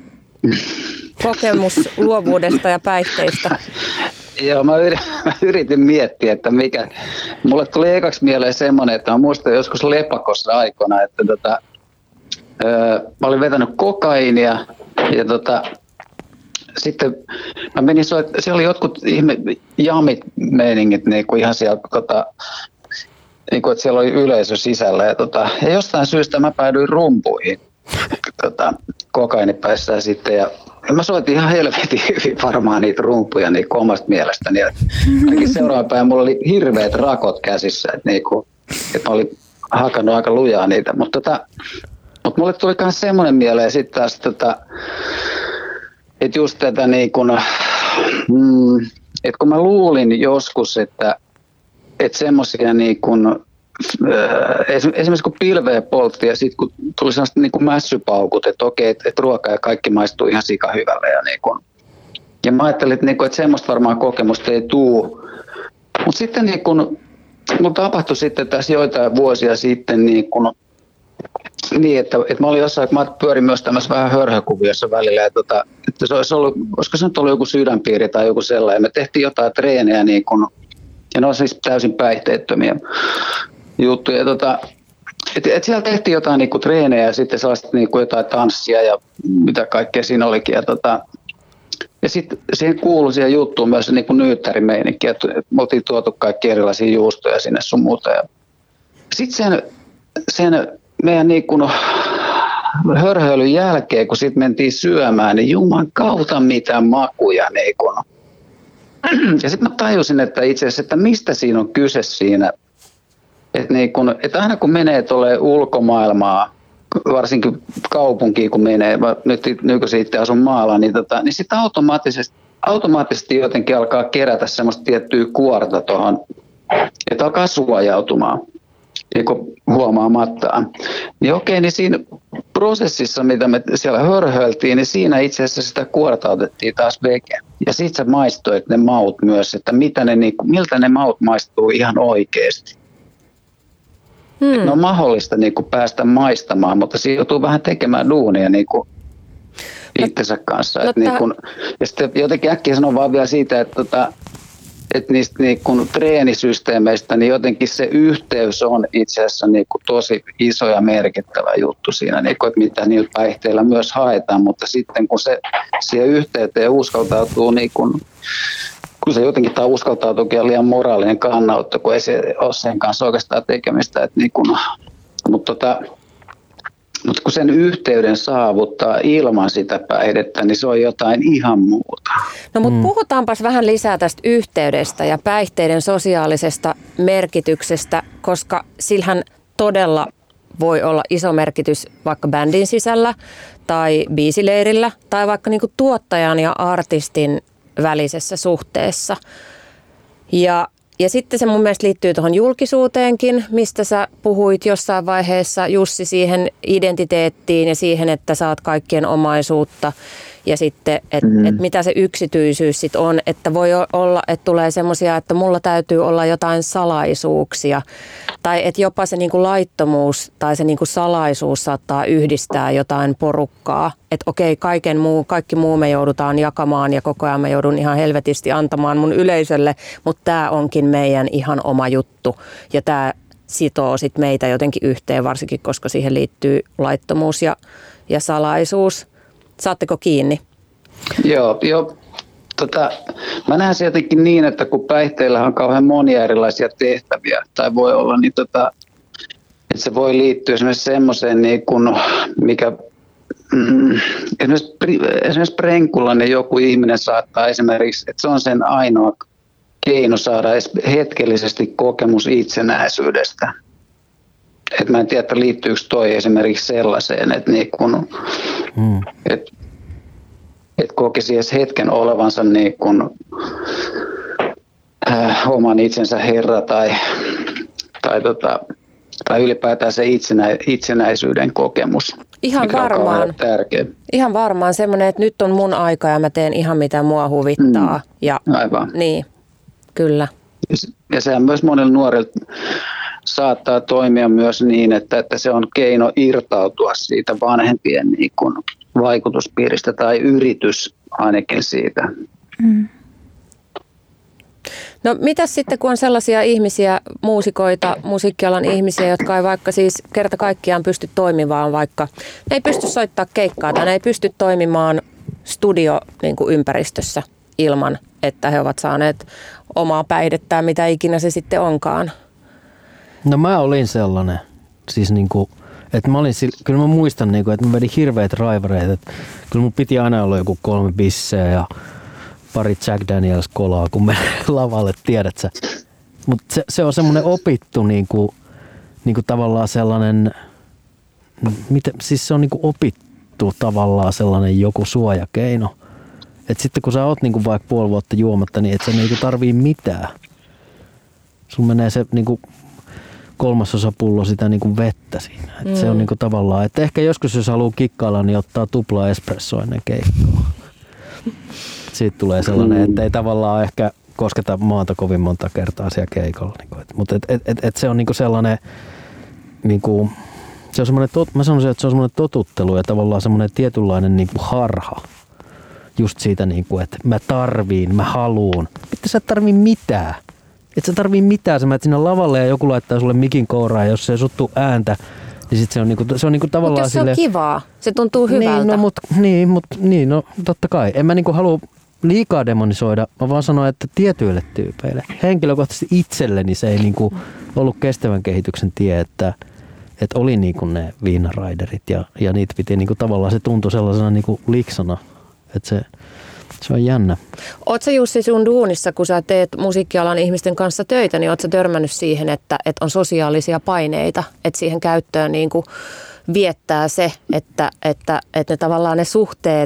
kokemus luovuudesta ja päihteistä. Joo, mä yritin miettiä, että mulle tuli ekaksi mieleen semmoinen, että mä muistan joskus Lepakossa aikoina, että mä olin vetänyt kokainia ja sitten mä menin, siellä oli jotkut ihme jamit-meiningit niinku ihan siellä, niinku, että siellä oli yleisö sisällä ja jostain syystä mä päädyin rumpuihin kokainipäissä sitten ja mä soitin ihan helvetin hyvin varmaan niitä rumpuja niin omasta mielestäni. Ainakin seuraavan päivän mulla oli hirveät rakot käsissä, että mä olin hakannut aika lujaa niitä. Mutta mulle tuli myös semmoinen mieleen sitten taas, että just tätä että kun mä luulin joskus, että semmoisia esimerkiksi kun pilveä poltti ja sitten kun tuli sellaiset mässypaukut, että okei, että ruoka ja kaikki maistuu ihan sika hyvälle. Ja mä ajattelin, että semmoista varmaan kokemusta ei tule. Mutta sitten mulla tapahtui sitten tässä joitain vuosia sitten että mä olin jossain, kun mä pyörin myös tämmöisessä vähän hörhökuviossa välillä, että se olisi ollut, olisiko se nyt ollut joku sydänpiiri tai joku sellainen. Me tehtiin jotain treenejä ja ne on siis täysin päihteettömiä juttuja. Et siellä tehtiin jotain treenejä ja sitten sellaista jotain tanssia ja mitä kaikkea siinä olikin. Ja sitten siihen kuului siihen juttuun myös se nyyttärimeininki, että me oltiin tuotu kaikki erilaisia juustoja sinne sun muuta. Sitten sen meidän hörhöilyn jälkeen, kun sitten mentiin syömään, niin juman kautta mitä makuja. Ja sitten mä tajusin, että itse asiassa, että mistä siinä on kyse siinä. Että aina kun menee tuolle ulkomaailmaa, varsinkin kaupunkiin kun menee, nyt nykyisin itse asun maalla, niin sitten automaattisesti jotenkin alkaa kerätä semmoista tiettyä kuorta tuohon, että alkaa suojautumaan huomaamattaan. Niin okei, niin siinä prosessissa, mitä me siellä hörhöiltiin, niin siinä itse asiassa sitä kuorta otettiin taas veke. Ja sitten sä maistoit ne maut myös, että miltä ne maut maistuu ihan oikeasti. Ne on mahdollista päästä maistamaan, mutta siinä joutuu vähän tekemään duunia itsensä kanssa. Ja sitten jotenkin äkkiä sanon vaan vielä siitä, että niistä treenisysteemeistä, niin jotenkin se yhteys on itse asiassa tosi iso ja merkittävä juttu siinä, että mitä niillä päihteillä myös haetaan, mutta sitten kun se siihen yhteyteen uskaltautuu, kun se jotenkin uskaltautuukin liian moraalinen kannanotto, kun ei se ole sen kanssa oikeastaan tekemistä. Mutta kun sen yhteyden saavuttaa ilman sitä päihdettä, niin se on jotain ihan muuta. No mutta puhutaanpas vähän lisää tästä yhteydestä ja päihteiden sosiaalisesta merkityksestä, koska sillähän todella voi olla iso merkitys vaikka bändin sisällä tai biisileirillä tai vaikka tuottajan ja artistin välisessä suhteessa. Ja sitten se mun mielestä liittyy tuohon julkisuuteenkin, mistä sä puhuit jossain vaiheessa, Jussi, siihen identiteettiin ja siihen, että saat kaikkien omaisuutta. Ja sitten, että mitä se yksityisyys sitten on, että voi olla, että tulee semmoisia, että mulla täytyy olla jotain salaisuuksia. Tai että jopa se laittomuus tai se salaisuus saattaa yhdistää jotain porukkaa. Että okei, kaikki muu me joudutaan jakamaan ja koko ajan mä joudun ihan helvetisti antamaan mun yleisölle, mutta tämä onkin meidän ihan oma juttu. Ja tämä sitoo sitten meitä jotenkin yhteen, varsinkin koska siihen liittyy laittomuus ja salaisuus. Saatteko kiinni? Joo. Mä näen se jotenkin niin, että kun päihteillä on kauhean monia erilaisia tehtäviä, tai voi olla, niin että se voi liittyä esimerkiksi semmoiseen, mikä esimerkiksi prenkulla niin joku ihminen saattaa esimerkiksi, että se on sen ainoa keino saada hetkellisesti kokemus itsenäisyydestä. Et mä en tiedä, että liittyykö toi esimerkiksi sellaiseen, että et kokisi edes hetken olevansa oman itsensä herra tai ylipäätään se itsenäisyyden kokemus. Ihan varmaan semmoinen, että nyt on mun aika ja mä teen ihan mitä mua huvittaa. Aivan. Niin, kyllä. Ja sehän myös monilla nuorilla saattaa toimia myös niin, että se on keino irtautua siitä vanhempien vaikutuspiiristä tai yritys ainakin siitä. No mitäs sitten, kun on sellaisia ihmisiä, muusikoita, musiikkialan ihmisiä, jotka ei vaikka siis kerta kaikkiaan pysty toimimaan, vaikka ne ei pysty soittaa keikkaa tai ne ei pysty toimimaan studioympäristössä ilman, että he ovat saaneet omaa päihdettään, mitä ikinä se sitten onkaan? No mä olin sellainen, siis niinku, että mä olin, kyllä mä muistan niinku, että mä vedin hirveät raivareet, että kyllä mun piti aina olla joku 3 bisseä ja pari Jack Daniels kolaa, kun menee lavalle, tiedät sä. Mutta se on semmoinen opittu niinku tavallaan sellainen, siis se on niinku opittu tavallaan sellainen joku suojakeino. Et sitten kun sä oot niinku vaikka puoli vuotta juomatta, niin et sä niinku tarvii mitään. Sun menee se niinku 1/3 pullo sitä niinku vettä siinä. Et se on niinku tavallaan, että ehkä joskus jos haluaa kikkailla, niin ottaa tuplaa espressoa ennen keikkaa. Siitä tulee sellainen, että ei tavallaan ehkä kosketa maata kovin monta kertaa siellä keikolla. Mutta se on niinku sellainen, niinku, se on semmoinen, mä sanoisin, että se on semmoinen totuttelu ja tavallaan semmoinen tietynlainen niinku harha. Just siitä, niinku, että mä haluun. Mitä sä tarvii mitään? Et sä tarvii mitään. Sä menet sinne lavalle ja joku laittaa sulle mikin kouraan, jos se ei suttu ääntä. Ja sit se on niinku tavallaan mutta jos se on kivaa, se tuntuu hyvältä. No totta kai. En mä niinku halua liikaa demonisoida, mä vaan sanon, että tietyille tyypeille. Henkilökohtaisesti itselleni se ei niinku ollut kestävän kehityksen tie, että oli niinku ne viinaraiderit ja niitä piti niinku tavallaan, se tuntui sellaisena niinku liksana, että se on jännä. Ootko Jussi sun duunissa, kun sä teet musiikkialan ihmisten kanssa töitä, niin ootko sä törmännyt siihen, että on sosiaalisia paineita, että siihen käyttöön niin kuin viettää se, että ne tavallaan ne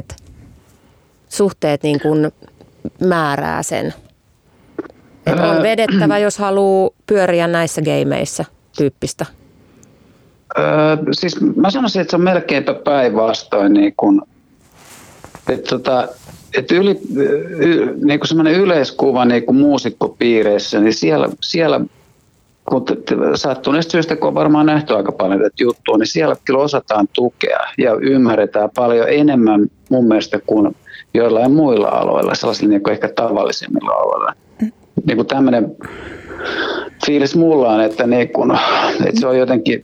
suhteet niin kuin määrää sen. Että on vedettävä, jos haluaa pyöriä näissä gameissa tyyppistä. Siis mä sanoisin, että se on melkeinpä päinvastoin, niin kuin, että niin kuin semmoinen yleiskuva niin kuin muusikkopiireissä, niin siellä kun sattuneesta syystä, kun on varmaan nähty aika paljon tätä juttua, niin siellä kyllä osataan tukea ja ymmärretään paljon enemmän mun mielestä kuin joillain muilla aloilla, sellaisilla niin kuin ehkä tavallisimmilla aloilla. Niin kuin tämmöinen fiilis mulla on, että, niin kuin, että se on jotenkin,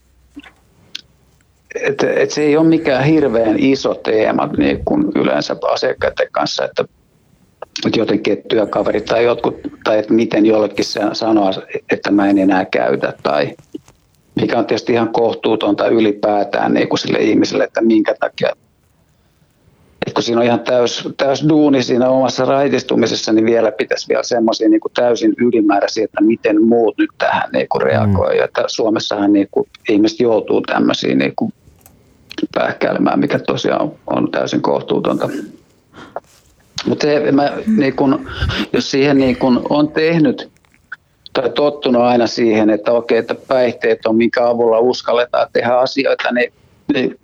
että se ei ole mikään hirveän iso teema niin kuin yleensä asiakkaiden kanssa, että jotenkin että työkaverit tai jotkut, tai että miten jollekin sanoa, että mä en enää käytä, tai mikä on tietysti ihan kohtuutonta ylipäätään niin kuin sille ihmiselle, että minkä takia. Et kun siinä on ihan täys duuni siinä omassa raitistumisessa, niin vielä pitäisi vielä semmoisia niin kuin täysin ylimääräisiä, että miten muut nyt tähän niin kuin reagoi. Ja Suomessahan niin kuin ihmiset joutuu tämmöisiin niin kuin pähkäilemään, mikä tosiaan on täysin kohtuutonta. Mutta niin jos siihen niin kun on tehnyt tai tottunut aina siihen, että okei, että päihteet on, minkä avulla uskalletaan tehdä asioita, niin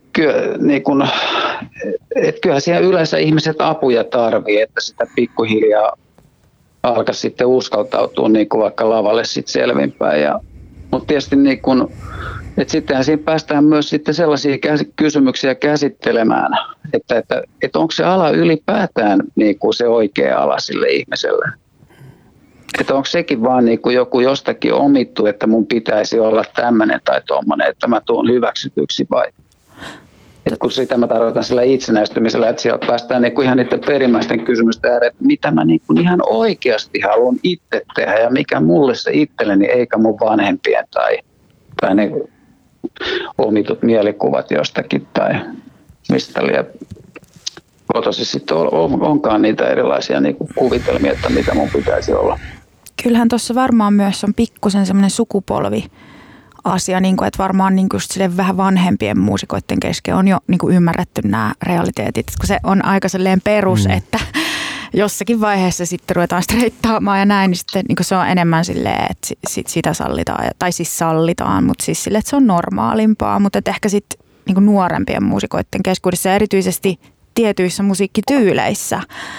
kyllähän siihen yleensä ihmiset apuja tarvii, että sitä pikkuhiljaa alkaisi sitten uskaltautua niin kuin vaikka lavalle sitten selvinpäin. Mutta tietysti niin kun, että sittenhän siinä päästään myös sitten sellaisia kysymyksiä käsittelemään, että onko se ala ylipäätään niin kuin se oikea ala sille ihmiselle. Että onko sekin vaan niin kuin joku jostakin omittu, että mun pitäisi olla tämmöinen tai tommoinen, että mä tuun hyväksytyksi vai. Et kun sitä mä tarkoitan sillä itsenäistymisellä, että siellä päästään niin kuin ihan niiden perimmäisten kysymysten ääreen, että mitä mä niin kuin ihan oikeasti haluan itse tehdä ja mikä mulle se itselleni eikä mun vanhempien tai ne omitut mielikuvat jostakin tai mistä liian kotoisin sitten onkaan niitä erilaisia niin kuin kuvitelmia, että mitä mun pitäisi olla. Kyllähän tuossa varmaan myös on pikkusen semmoinen sukupolvi-asia, niin kuin, että varmaan niin kuin just sille vähän vanhempien muusikoiden kesken on jo niin kuin ymmärretty nämä realiteetit, kun se on aika silleen perus, että jossakin vaiheessa sitten ruvetaan streittaamaan ja näin, niin sitten niin kuin se on enemmän silleen, että sitä sallitaan, tai siis sallitaan, mutta siis silleen, että se on normaalimpaa, mutta ehkä sitten niin kuin nuorempien muusikoiden keskuudessa ja erityisesti tietyissä musiikkityyleissä,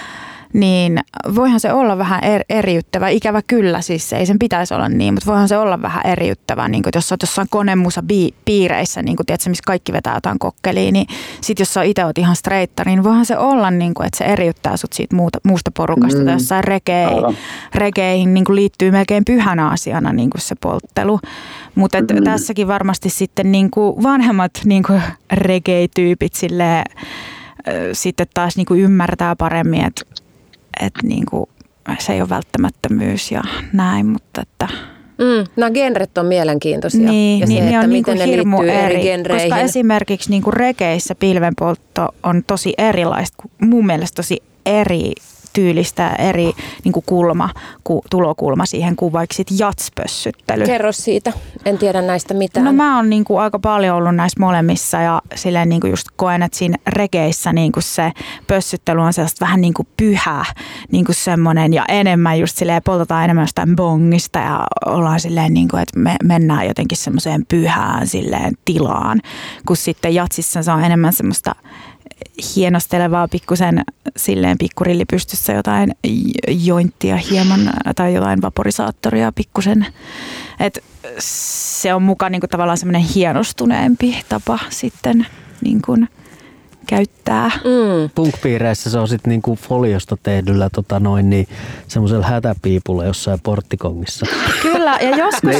niin voihan se olla vähän eriyttävä. Ikävä kyllä, siis ei sen pitäisi olla niin, mutta voihan se olla vähän eriyttävä. Niin kuin, jos olet jossain konemusa-piireissä, niin kuin, tiedätkö, missä kaikki vetää jotain kokkeliin, niin sitten jos sä itse oot ihan straighta, niin voihan se olla, niin kuin, että se eriyttää sut siitä muusta porukasta. Tai jossain regeihin niin kuin liittyy melkein pyhänä asiana niin kuin se polttelu. Mutta tässäkin varmasti sitten niin kuin vanhemmat niin kuin reggae-tyypit silleen, sitten taas niin kuin ymmärtää paremmin, että niin kuin se ei ole välttämättömyys ja näin, mutta että... Nämä genret on mielenkiintoisia. Niin, ja se, ne on miten niin ne hirmu liittyy eri koska genreihin. esimerkiksi niin kuin regeissä pilvenpoltto on tosi erilaista, mun mielestä tosi eri tyylistä, eri niin kuin tulokulma siihen kuin vaikka sit jatspössyttely. Kerro siitä, en tiedä näistä mitään. No mä oon niin kuin aika paljon ollut näissä molemmissa ja silleen niin kuin just koen, että siinä regeissä niin kuin se pössyttely on sellaista vähän niin kuin pyhää, niin kuin semmoinen ja enemmän just silleen poltetaan enemmän jostain bongista ja ollaan silleen niin kuin, että me mennään jotenkin semmoiseen pyhään silleen tilaan, kun sitten jatsissa se on enemmän semmoista hienostelevaa pikkusen silleen pikkurilli pystyssä jotain jointtia hieman tai jotain vaporisaattoria pikkusen. Et se on mukaan niinku tavallaan semmoinen hienostuneempi tapa sitten niinku käyttää. Punk-piireissä se on sitten niinku foliosta tehdyllä niin semmoisella hätäpiipulla jossain porttikongissa. Kyllä, ja joskus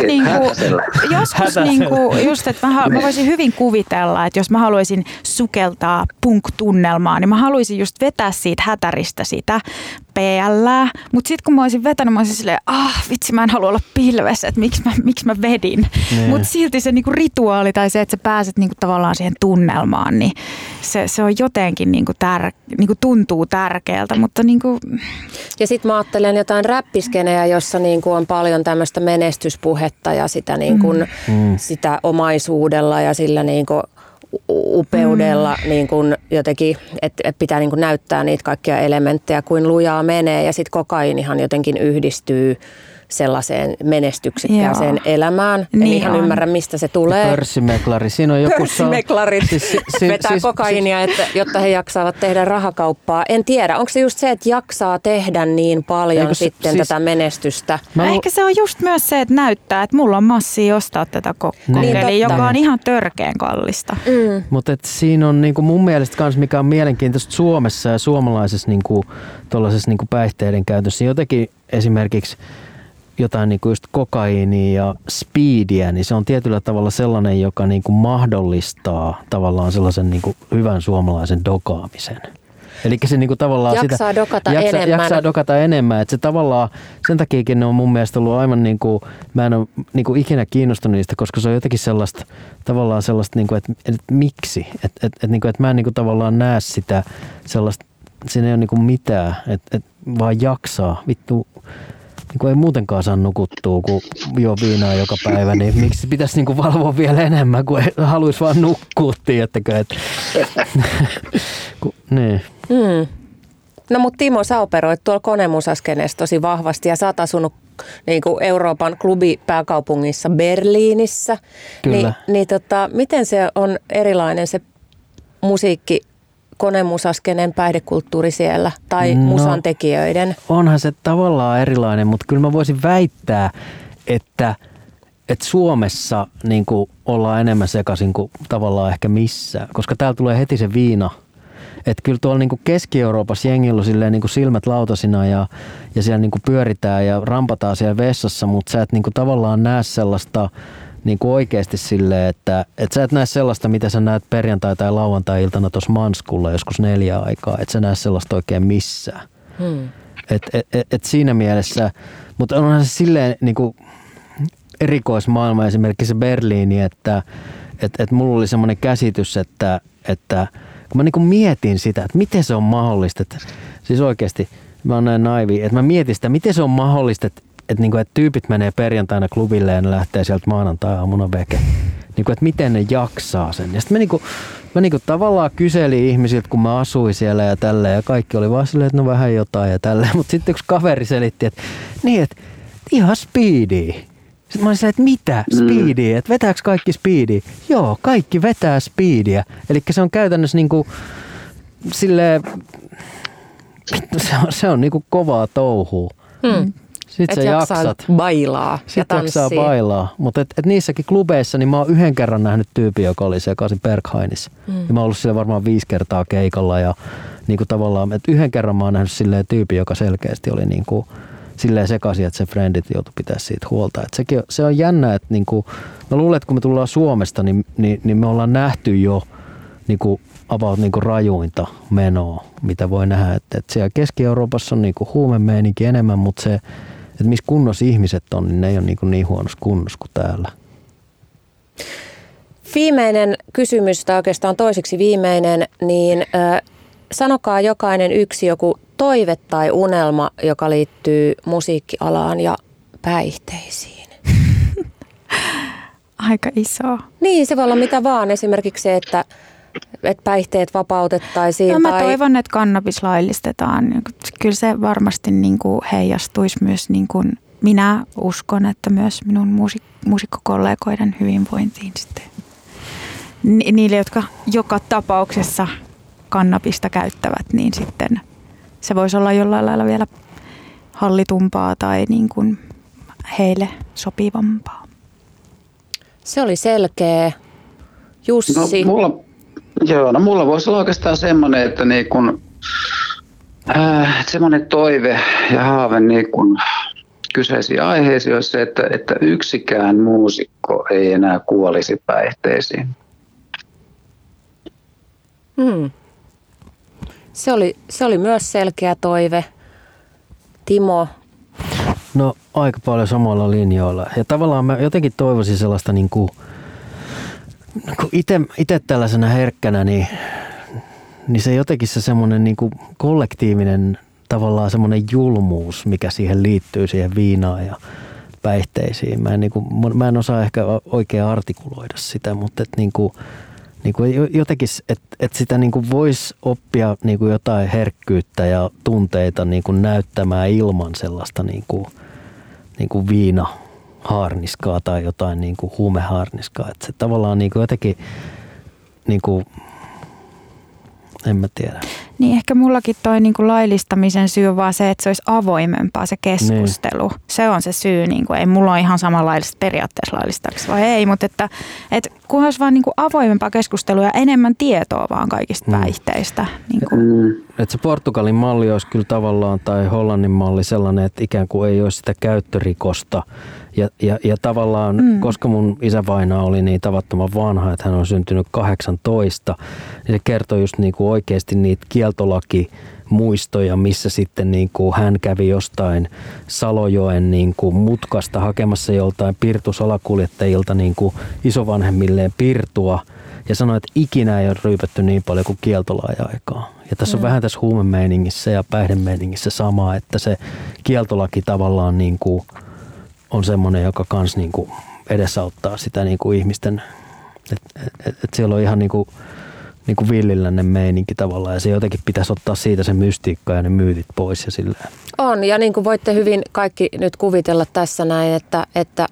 just, että mä voisin hyvin kuvitella, että jos mä haluaisin sukeltaa punk-tunnelmaa, niin mä haluaisin just vetää siitä hätäristä sitä PL:ää, mutta sitten kun mä olisin vetänyt, mä olisin silleen, vitsi, mä en halua olla pilvessä, että miksi mä vedin. Mutta silti se niinku rituaali tai se, että sä pääset niinku tavallaan siihen tunnelmaan, niin se on jotenkin niinku tuntuu tärkeältä, mutta niinku... Ja sitten mä ajattelen jotain räppiskenejä, jossa niinku on paljon tämmöistä menestyspuhetta ja sitä, niinku, sitä omaisuudella ja sillä niinku upeudella niin kuin jotenkin, että pitää niin kuin näyttää niitä kaikkia elementtejä kuin lujaa menee ja sitten kokaiinihan jotenkin yhdistyy sellaiseen menestyksekkääseen elämään. En ihan ymmärrä, mistä se tulee. Pörssimeklari. Siinä on joku... Pörssimeklarit vetää kokaiinia, jotta he jaksaavat tehdä rahakauppaa. En tiedä, onko se just se, että jaksaa tehdä niin paljon sitten tätä menestystä? Ehkä se on just myös se, että näyttää, että mulla on massia ostaa tätä kokkelia, joka on ihan törkeän kallista. Mutta siinä on niinku mun mielestä kans, mikä on mielenkiintoista Suomessa ja suomalaisessa niinku, niinku päihteiden käytössä. Jotenkin esimerkiksi jotain niinku just kokaiinia ja speediä, niin se on tietyllä tavalla sellainen, joka niinku mahdollistaa tavallaan sellaisen niinku hyvän suomalaisen dokaamisen. Eli se niinku tavallaan jaksaa dokata enemmän. Että se tavallaan, sen takiakin ne on mun mielestä ollut aivan niinku, mä en ole niinku ikinä kiinnostunut niistä, koska se on jotenkin sellaista, tavallaan sellaista, niinku, että miksi? Että mä en niinku tavallaan näe sitä sellaista, siinä ei ole niinku mitään, että vaan jaksaa. Vittu. Niin ei muutenkaan saa nukuttua, kun juo viinaa joka päivä, niin miksi pitäisi niin kuin valvoa vielä enemmän, kun haluaisi vaan nukkua, tiedättekö? Niin. No mutta Timo, sä operoit tuolla konemusaskeneessa tosi vahvasti ja sä oot asunut niin kuin Euroopan klubipääkaupungissa Berliinissä. Kyllä. Miten se on erilainen se musiikki, konemusaskeneen päihdekulttuuri siellä tai musan tekijöiden? Onhan se tavallaan erilainen, mutta kyllä mä voisin väittää, että Suomessa niin kuin ollaan enemmän sekaisin kuin tavallaan ehkä missään, koska täällä tulee heti se viina. Että kyllä tuolla niin kuin Keski-Euroopassa jengillä on silleen niin kuin silmät lautasina ja siellä niin kuin pyöritään ja rampataan siellä vessassa, mutta sä et niin kuin tavallaan näe sellaista niin kuin oikeasti silleen, että sä et näe sellaista, mitä sä näet perjantai- tai lauantai-iltana tuossa Manskulla joskus 4 aikaa. Et sä näe sellaista oikein missään. Et siinä mielessä, mutta onhan se silleen niin kuin erikoismaailma esimerkiksi se Berliini, että mulla oli semmoinen käsitys, että kun mä niin kuin mietin sitä, että miten se on mahdollista, että siis oikeasti mä oon näin naivi, että mä mietin sitä, miten se on mahdollista, että tyypit menee perjantaina klubille ja ne lähtee sieltä maanantai-aamuna veke. Että miten ne jaksaa sen. Ja sitten mä tavallaan kyselin ihmisiltä, kun mä asuin siellä ja tälleen. Ja kaikki oli vaan silleen, että no vähän jotain ja tälleen. Mutta sitten yksi kaveri selitti, että ihan speedia. Sitten mä olin silleen, että mitä speedia? Että vetääkö kaikki speedia? Joo, kaikki vetää speedia. Eli se on käytännössä niinku silleen... se on niinku kovaa touhua. Sitten sä jaksat bailaa ja tanssia. Jaksaa bailaa. Mutta et niissäkin klubeissa niin mä oon yhden kerran nähnyt tyypin, joka oli sekaisin Berghainissa. Ja mä oon ollut siellä varmaan 5 kertaa keikalla ja niinku tavallaan, että yhden kerran mä oon nähnyt silleen tyypin, joka selkeästi oli niinku silleen sekaisin, että se friendit joutui pitää siitä huolta. Et se on jännä, että niinku, mä luulen, että kun me tullaan Suomesta, niin me ollaan nähty jo niinku about niinku rajuinta menoa, mitä voi nähdä. Että siellä Keski-Euroopassa on niinku huumemeininki enemmän, mutta se, että missä kunnossa ihmiset on, niin ne ei ole niin huonossa kunnossa kuin täällä. Viimeinen kysymys, tai oikeastaan toiseksi viimeinen, niin sanokaa jokainen joku toive tai unelma, joka liittyy musiikkialaan ja päihteisiin. Aika iso. Niin, se voi olla mitä vaan. Esimerkiksi se, että päihteet vapautettaisiin. No mä toivon, että kannabis laillistetaan. Kyllä se varmasti niin kuin heijastuisi myös, niin kuin minä uskon, että myös minun muusikkokollegoiden hyvinvointiin sitten. Niille, jotka joka tapauksessa kannabista käyttävät, niin sitten se voisi olla jollain lailla vielä hallitumpaa tai niin kuin heille sopivampaa. Se oli selkeä. Jussi. Mulla voisi olla oikeastaan semmoinen, että niin kun, semmoinen toive ja haave niin kun kyseisiin aiheisiin olisi se, että yksikään muusikko ei enää kuolisi päihteisiin. Se oli myös selkeä toive. Timo? No aika paljon samalla linjoilla. Ja tavallaan mä jotenkin toivoisin sellaista niinku itse tällaisena herkkänä, niin se jotenkin se semmoinen niinku kollektiivinen tavallaan semmoinen julmuus, mikä siihen liittyy, siihen viinaan ja päihteisiin. Mä en osaa ehkä oikein artikuloida sitä, mutta niinku jotenkin, että sitä niinku voisi oppia niinku jotain herkkyyttä ja tunteita niinku näyttämään ilman sellaista niinku viinahaarniskaa tai jotain niinku huumehaarniskaa. Että se tavallaan niinku jotenkin, niinku, en mä tiedä. Niin ehkä mullakin toi niinku laillistamisen syy on vaan se, että se olisi avoimempaa se keskustelu. Niin. Se on se syy. Niinku, ei mulla ole ihan samanlaista periaatteessa laillistaksi vai ei, mutta että kunhan olisi vaan niinku avoimempaa keskustelua ja enemmän tietoa vaan kaikista päihteistä. Niinku. Että se Portugalin malli olisi kyllä tavallaan tai Hollannin malli sellainen, että ikään kuin ei olisi sitä käyttörikosta. Ja tavallaan, koska mun isävainaa oli niin tavattoman vanha, että hän on syntynyt 18, niin se kertoi just niinku oikeasti niitä kieltolakimuistoja, missä sitten niinku hän kävi jostain Salojoen niinku mutkasta hakemassa joltain pirtusalakuljettajilta niinku isovanhemmilleen pirtua ja sanoi, että ikinä ei ole ryypätty niin paljon kuin kieltolaaja-aikaa. Ja tässä on vähän tässä huumemeiningissä ja päihdemeiningissä samaa, että se kieltolaki tavallaan niinku on semmoinen, joka kans niinku edesauttaa sitä niinku ihmisten, että siellä on ihan niinku villilläinen meininki tavallaan ja se jotenkin pitäisi ottaa siitä se mystiikka ja ne myytit pois ja silleen. On ja niin kuin voitte hyvin kaikki nyt kuvitella tässä näin, että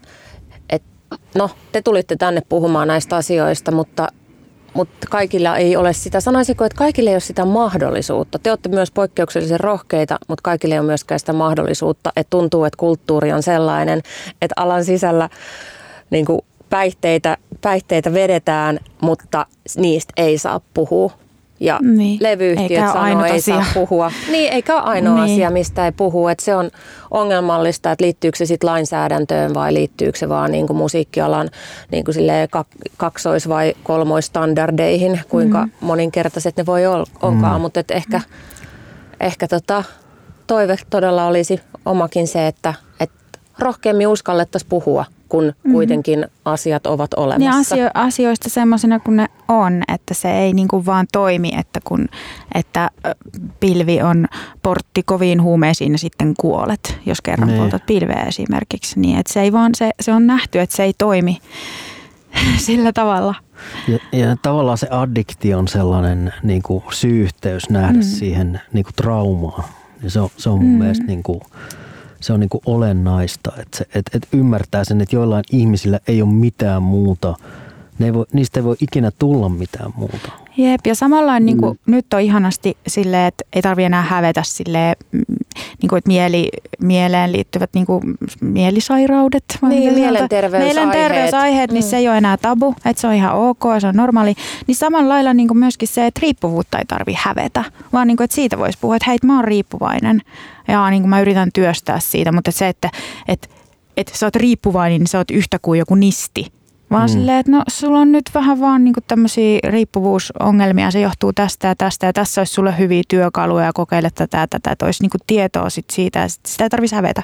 no te tulitte tänne puhumaan näistä asioista, mutta kaikilla ei ole sitä. Sanoisiko, että kaikille ei ole sitä mahdollisuutta. Te olette myös poikkeuksellisen rohkeita, mutta kaikille ei ole myöskään sitä mahdollisuutta. Että tuntuu, että kulttuuri on sellainen, että alan sisällä niin kuin päihteitä vedetään, mutta niistä ei saa puhua. Ja levyyhtiöt sanoo, ei saa puhua. Niin, eikä ole ainoa asia, mistä ei puhu. Että se on ongelmallista, että liittyykö se sitten lainsäädäntöön vai liittyykö se vaan niin kuin musiikkialan niin kuin kaksois- vai kolmoistandardeihin, kuinka moninkertaiset ne voi onkaan. Mutta ehkä toive todella olisi omakin se, että rohkeammin uskallettaisiin puhua, kun kuitenkin asiat ovat olemassa. Ja asioista semmoisena kuin ne on, että se ei niin kuin vaan toimi, että pilvi on portti koviin huumeisiin ja sitten kuolet, jos kerran poltat pilveä esimerkiksi. Niin, että se ei vaan, se on nähty, että se ei toimi sillä tavalla. Ja tavallaan se addiktio on sellainen niin kuin syy-yhteys nähdä siihen niin kuin traumaan. Ja se on mun mielestä niin kuin se on niin kuin olennaista, että ymmärtää sen, että joillain ihmisillä ei ole mitään muuta. Niistä ei voi ikinä tulla mitään muuta. Jep, ja samalla niin kuin, nyt on ihanasti silleen, että ei tarvitse enää hävetä silleen, niin kuin, että mieleen liittyvät niin kuin, mielisairaudet. Niin, mielenterveysaiheet. Niin se ei ole enää tabu, että se on ihan ok, se on normaali. Niin samalla lailla niin kuin myöskin se, että riippuvuutta ei tarvitse hävetä, vaan niin kuin, että siitä voisi puhua, että hei, mä oon riippuvainen ja niin kuin mä yritän työstää siitä, mutta se, että sä oot riippuvainen, niin sä oot yhtä kuin joku nisti. Vaan silleen, että no sulla on nyt vähän vaan niinku tämmöisiä riippuvuusongelmia, se johtuu tästä ja tästä ja tässä olisi sulle hyviä työkaluja ja kokeile tätä, että olisi niinku tietoa siitä ja sitä ei tarvitsisi hävetä.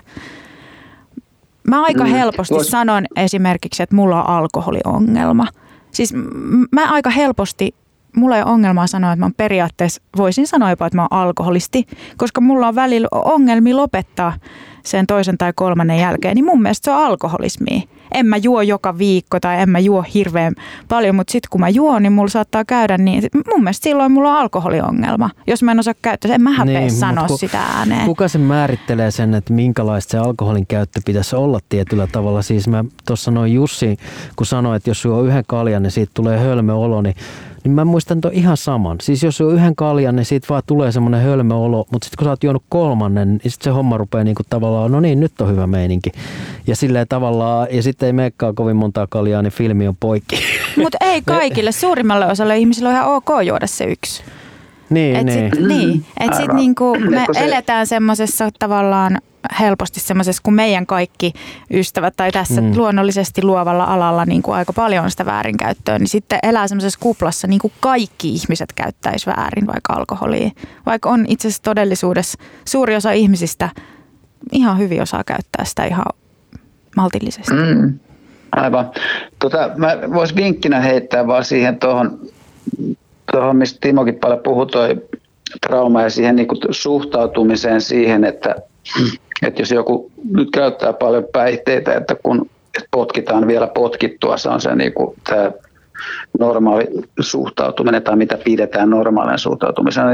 Mä aika helposti sanon esimerkiksi, että mulla on alkoholiongelma. Siis mä aika helposti, mulla ei ole ongelmaa sanoa, että mä periaatteessa voisin sanoa jopa, että mä oon alkoholisti, koska mulla on välillä ongelmia lopettaa sen toisen tai kolmannen jälkeen, niin mun mielestä se on alkoholismia. En mä juo joka viikko tai en mä juo hirveän paljon, mutta sitten kun mä juon, niin mulla saattaa käydä niin. Mun mielestä silloin mulla on alkoholiongelma. Jos mä en osaa käyttää, en mä häpeä sanoa sitä ääneen. Kuka se määrittelee sen, että minkälaista se alkoholin käyttö pitäisi olla tietyllä tavalla? Siis mä tuossa sanoin Jussi, kun sanoi, että jos juo yhden kaljan, niin siitä tulee hölmöolo, niin mä muistan tuon ihan saman. Siis jos on yhden kaljan, niin siitä vaan tulee semmoinen hölmöolo, mutta sitten kun sä oot juonut kolmannen, niin sitten se homma rupeaa niinku tavallaan, no niin, nyt on hyvä meininki. Ja silleen tavallaan, ja sitten ei meekään kovin montaa kaljaa, niin filmi on poikki. Mutta ei kaikille, suurimmalle osalle ihmisillä on ihan ok juoda se yksi. Niin. Että sitten niinku me eletään semmoisessa tavallaan helposti semmoisessa, kun meidän kaikki ystävät tai tässä luonnollisesti luovalla alalla niin kuin aika paljon on sitä väärinkäyttöä, niin sitten elää semmoisessa kuplassa, niin kuin kaikki ihmiset käyttäisi väärin vaikka alkoholia. Vaikka on itse asiassa todellisuudessa suuri osa ihmisistä ihan hyvin osaa käyttää sitä ihan maltillisesti. Aivan. Mä vois vinkkinä heittää vaan siihen tuohon, mistä Timokin paljon puhui, toi trauma ja siihen niin kuin suhtautumiseen siihen, että jos joku nyt käyttää paljon päihteitä, että kun potkitaan vielä potkittua, se on se niin kuin tämä normaali suhtautuminen tai mitä pidetään normaalinen suhtautumisena,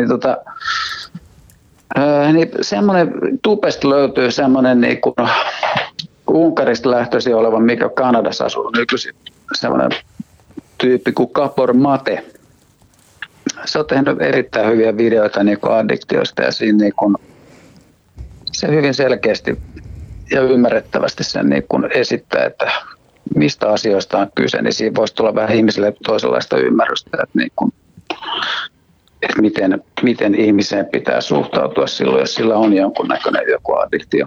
niin semmoinen tubesta löytyy semmoinen niin kuin Unkarista lähtöisin oleva, mikä Kanadassa asuu nykyisin, semmoinen tyyppi kuin Gabor Mate. Se on tehnyt erittäin hyviä videoita niin kuin addiktioista ja siinä niin kuin se hyvin selkeästi ja ymmärrettävästi sen niin kuin esittää, että mistä asioista on kyse, niin siinä voisi tulla vähän ihmisille toisenlaista ymmärrystä, että, niin kuin, että miten ihmiseen pitää suhtautua silloin, jos sillä on jonkunnäköinen joku addiktio.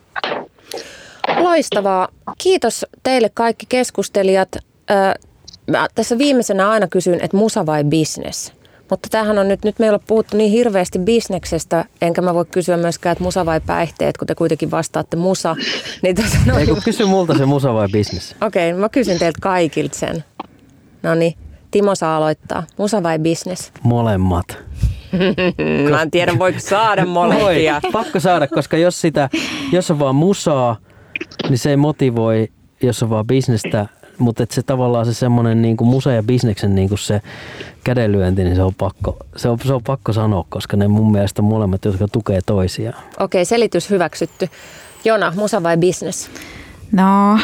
Loistavaa. Kiitos teille kaikki keskustelijat. Mä tässä viimeisenä aina kysyn, että musa vai business? Mutta tämähän on nyt meillä on puhuttu niin hirveästi bisneksestä, enkä mä voi kysyä myöskään, että musa vai päihteet, kun te kuitenkin vastaatte musa. Niin ei kun kysy multa se musa vai business. Okei, mä kysyn teiltä kaikilta sen. No niin, Timo saa aloittaa. Musa vai business? Molemmat. Mä en tiedä, voiko saada molempia. Pakko saada, koska jos on vaan musaa, niin se ei motivoi, jos on vaan bisnestä. Mutta se tavallaan se semmoinen niinku musa ja bisneksen niinku se kädenlyönti, niin se on pakko sanoa, koska ne mun mielestä on molemmat, jotka tukee toisiaan. Okei, selitys hyväksytty. Jona, musa vai business? No,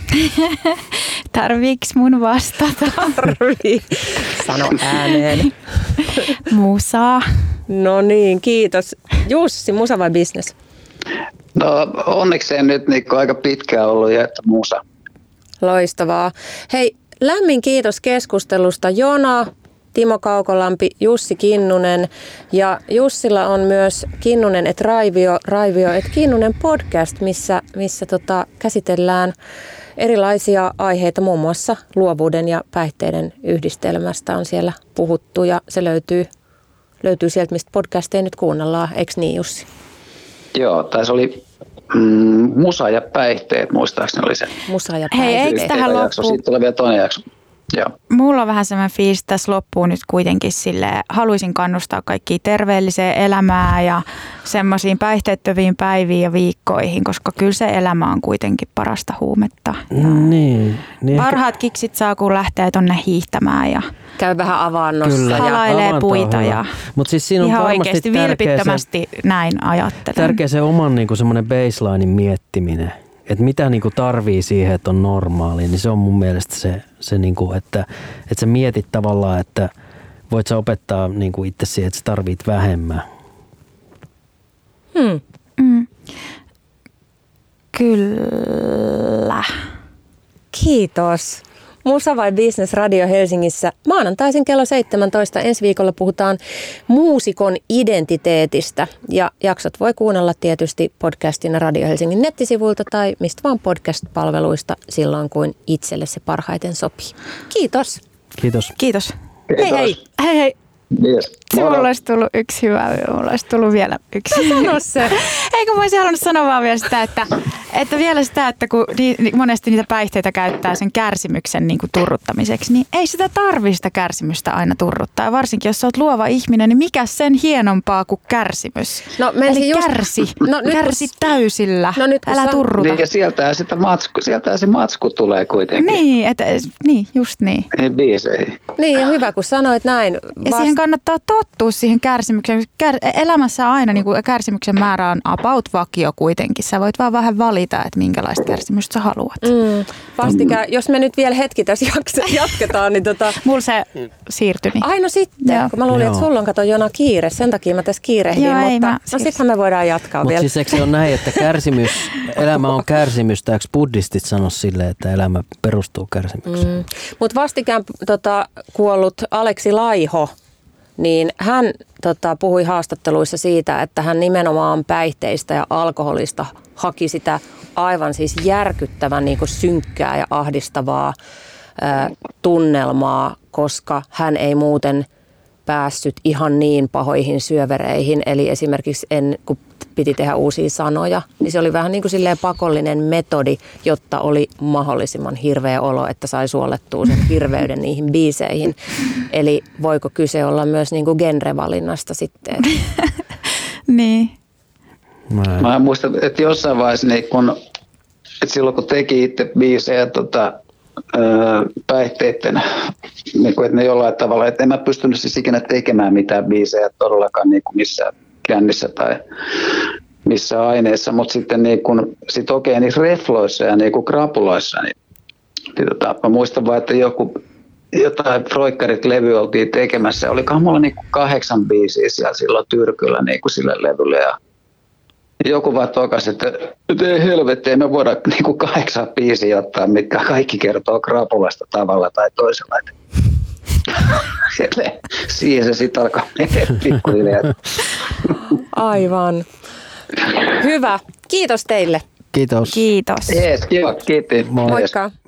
tarviiks mun vastata? Tarvii. Sano ääneen. Musa. No niin, kiitos. Jussi, musa vai business? No onnekseen nyt niin aika pitkään ollut ja että musa. Loistavaa. Hei, lämmin kiitos keskustelusta Jona, Timo Kaukolampi, Jussi Kinnunen ja Jussilla on myös Kinnunen et Raivio et Kinnunen podcast, missä käsitellään erilaisia aiheita, muun muassa luovuuden ja päihteiden yhdistelmästä on siellä puhuttu ja se löytyy sieltä, mistä podcasteja nyt kuunnellaan, eikö niin Jussi? Joo, tai se oli musa ja päihteet, muistaakseni oli se. Musa ja päihteet. Hei, eikö tähän loppuun? Siitä tulee vielä toinen jakso. Joo. Mulla on vähän sellainen fiilis tässä loppuun nyt kuitenkin silleen, haluaisin kannustaa kaikkia terveelliseen elämään ja semmoisiin päihteettöviin päiviin ja viikkoihin, koska kyllä se elämä on kuitenkin parasta huumetta. Niin parhaat kiksit saa, kun lähtee tonne hiihtämään ja käy vähän avannossa. Kyllä, halailee puita ja mut siis siinä on ihan varmasti oikeasti vilpittömästi näin ajattelen. Tärkeä se oman niinku semmoinen baselinein miettiminen. Että mitä niinku tarvii siihen, että on normaali, niin se on mun mielestä se niinku, että sä mietit tavallaan, että voit sä opettaa niin kuin itse siihen, että sä tarvit vähemmän? Kyllä. Kiitos. Musa vai Business Radio Helsingissä maanantaisin kello 17. Ensi viikolla puhutaan muusikon identiteetistä. Ja jaksot voi kuunnella tietysti podcastina Radio Helsingin nettisivuilta tai mistä vaan podcast-palveluista silloin, kun itselle se parhaiten sopii. Kiitos. Kiitos. Kiitos. Hei. Yes. Mulla olisi tullut yksi hyvä, mulla olisi tullut vielä yksi. Sano se. Eikö mä olisin halunnut sanoa vaan vielä sitä, että kun monesti niitä päihteitä käyttää sen kärsimyksen niin kuin turruttamiseksi, niin ei sitä tarvitse sitä kärsimystä aina turruttaa. Ja varsinkin jos sä oot luova ihminen, niin mikä sen hienompaa kuin kärsimys? No, eli kärsi täysillä, älä turruta. Niin, ja sieltä se matsku tulee kuitenkin. Niin, just niin. Biiseihin. Niin, ja hyvä kun sanoit näin. Ja siihen kannattaa tottua siihen kärsimykseen. Elämässä aina niin kuin kärsimyksen määrä on about vakio kuitenkin. Sä voit vaan vähän valita, että minkälaista kärsimystä sä haluat. Vastikään, jos me nyt vielä hetki tässä jatketaan, niin Mulla se siirtyi. Aino sitten, kun mä luulin, että sulla on kato Jona kiire. Sen takia mä tässä kiirehdin, mutta sittenhän me voidaan jatkaa vielä. Mutta siis eikö se on näin, että elämä on kärsimystä. Eikö buddhistit sano silleen, että elämä perustuu kärsimykseen? Mutta vastikään kuollut Aleksi Laiho, niin hän puhui haastatteluissa siitä, että hän nimenomaan päihteistä ja alkoholista haki sitä aivan siis järkyttävän niin kuin synkkää ja ahdistavaa tunnelmaa, koska hän ei muuten päässyt ihan niin pahoihin syövereihin. Eli esimerkiksi kun piti tehdä uusia sanoja, niin se oli vähän niin kuin silleen pakollinen metodi, jotta oli mahdollisimman hirveä olo, että sai suolettua sen hirveyden niihin biiseihin. Eli voiko kyse olla myös niin kuin genrevalinnasta sitten? Niin. Mä muistan, että jossain vaiheessa, niin että silloin kun teki itse biisejä päihteiden, niin kuin, että ne jollain tavalla, että en mä pystynyt siis ikinä tekemään mitään biisejä todellakaan niin kuin missään kännissä tai missä aineessa, mutta sitten niin niissä refloissa ja niin kuin krapuloissa, niin mä muistan vaan, että jotain Froikkarit-levy oltiin tekemässä. Olikohan mulla niin kuin 8 biisiä siellä silloin tyrkyllä niin kuin sille levylle ja joku vaan tokasi, että ei helvetti, ei me voida niin kuin 8 biisiä ottaa, mitkä kaikki kertoo krapulasta tavalla tai toisella. Siihen se sitten alkaa mennä pikkuhiljaa. Aivan. Hyvä. Kiitos teille. Kiitos. Kiitos. Jees, kiva. Kiitos. Moikka.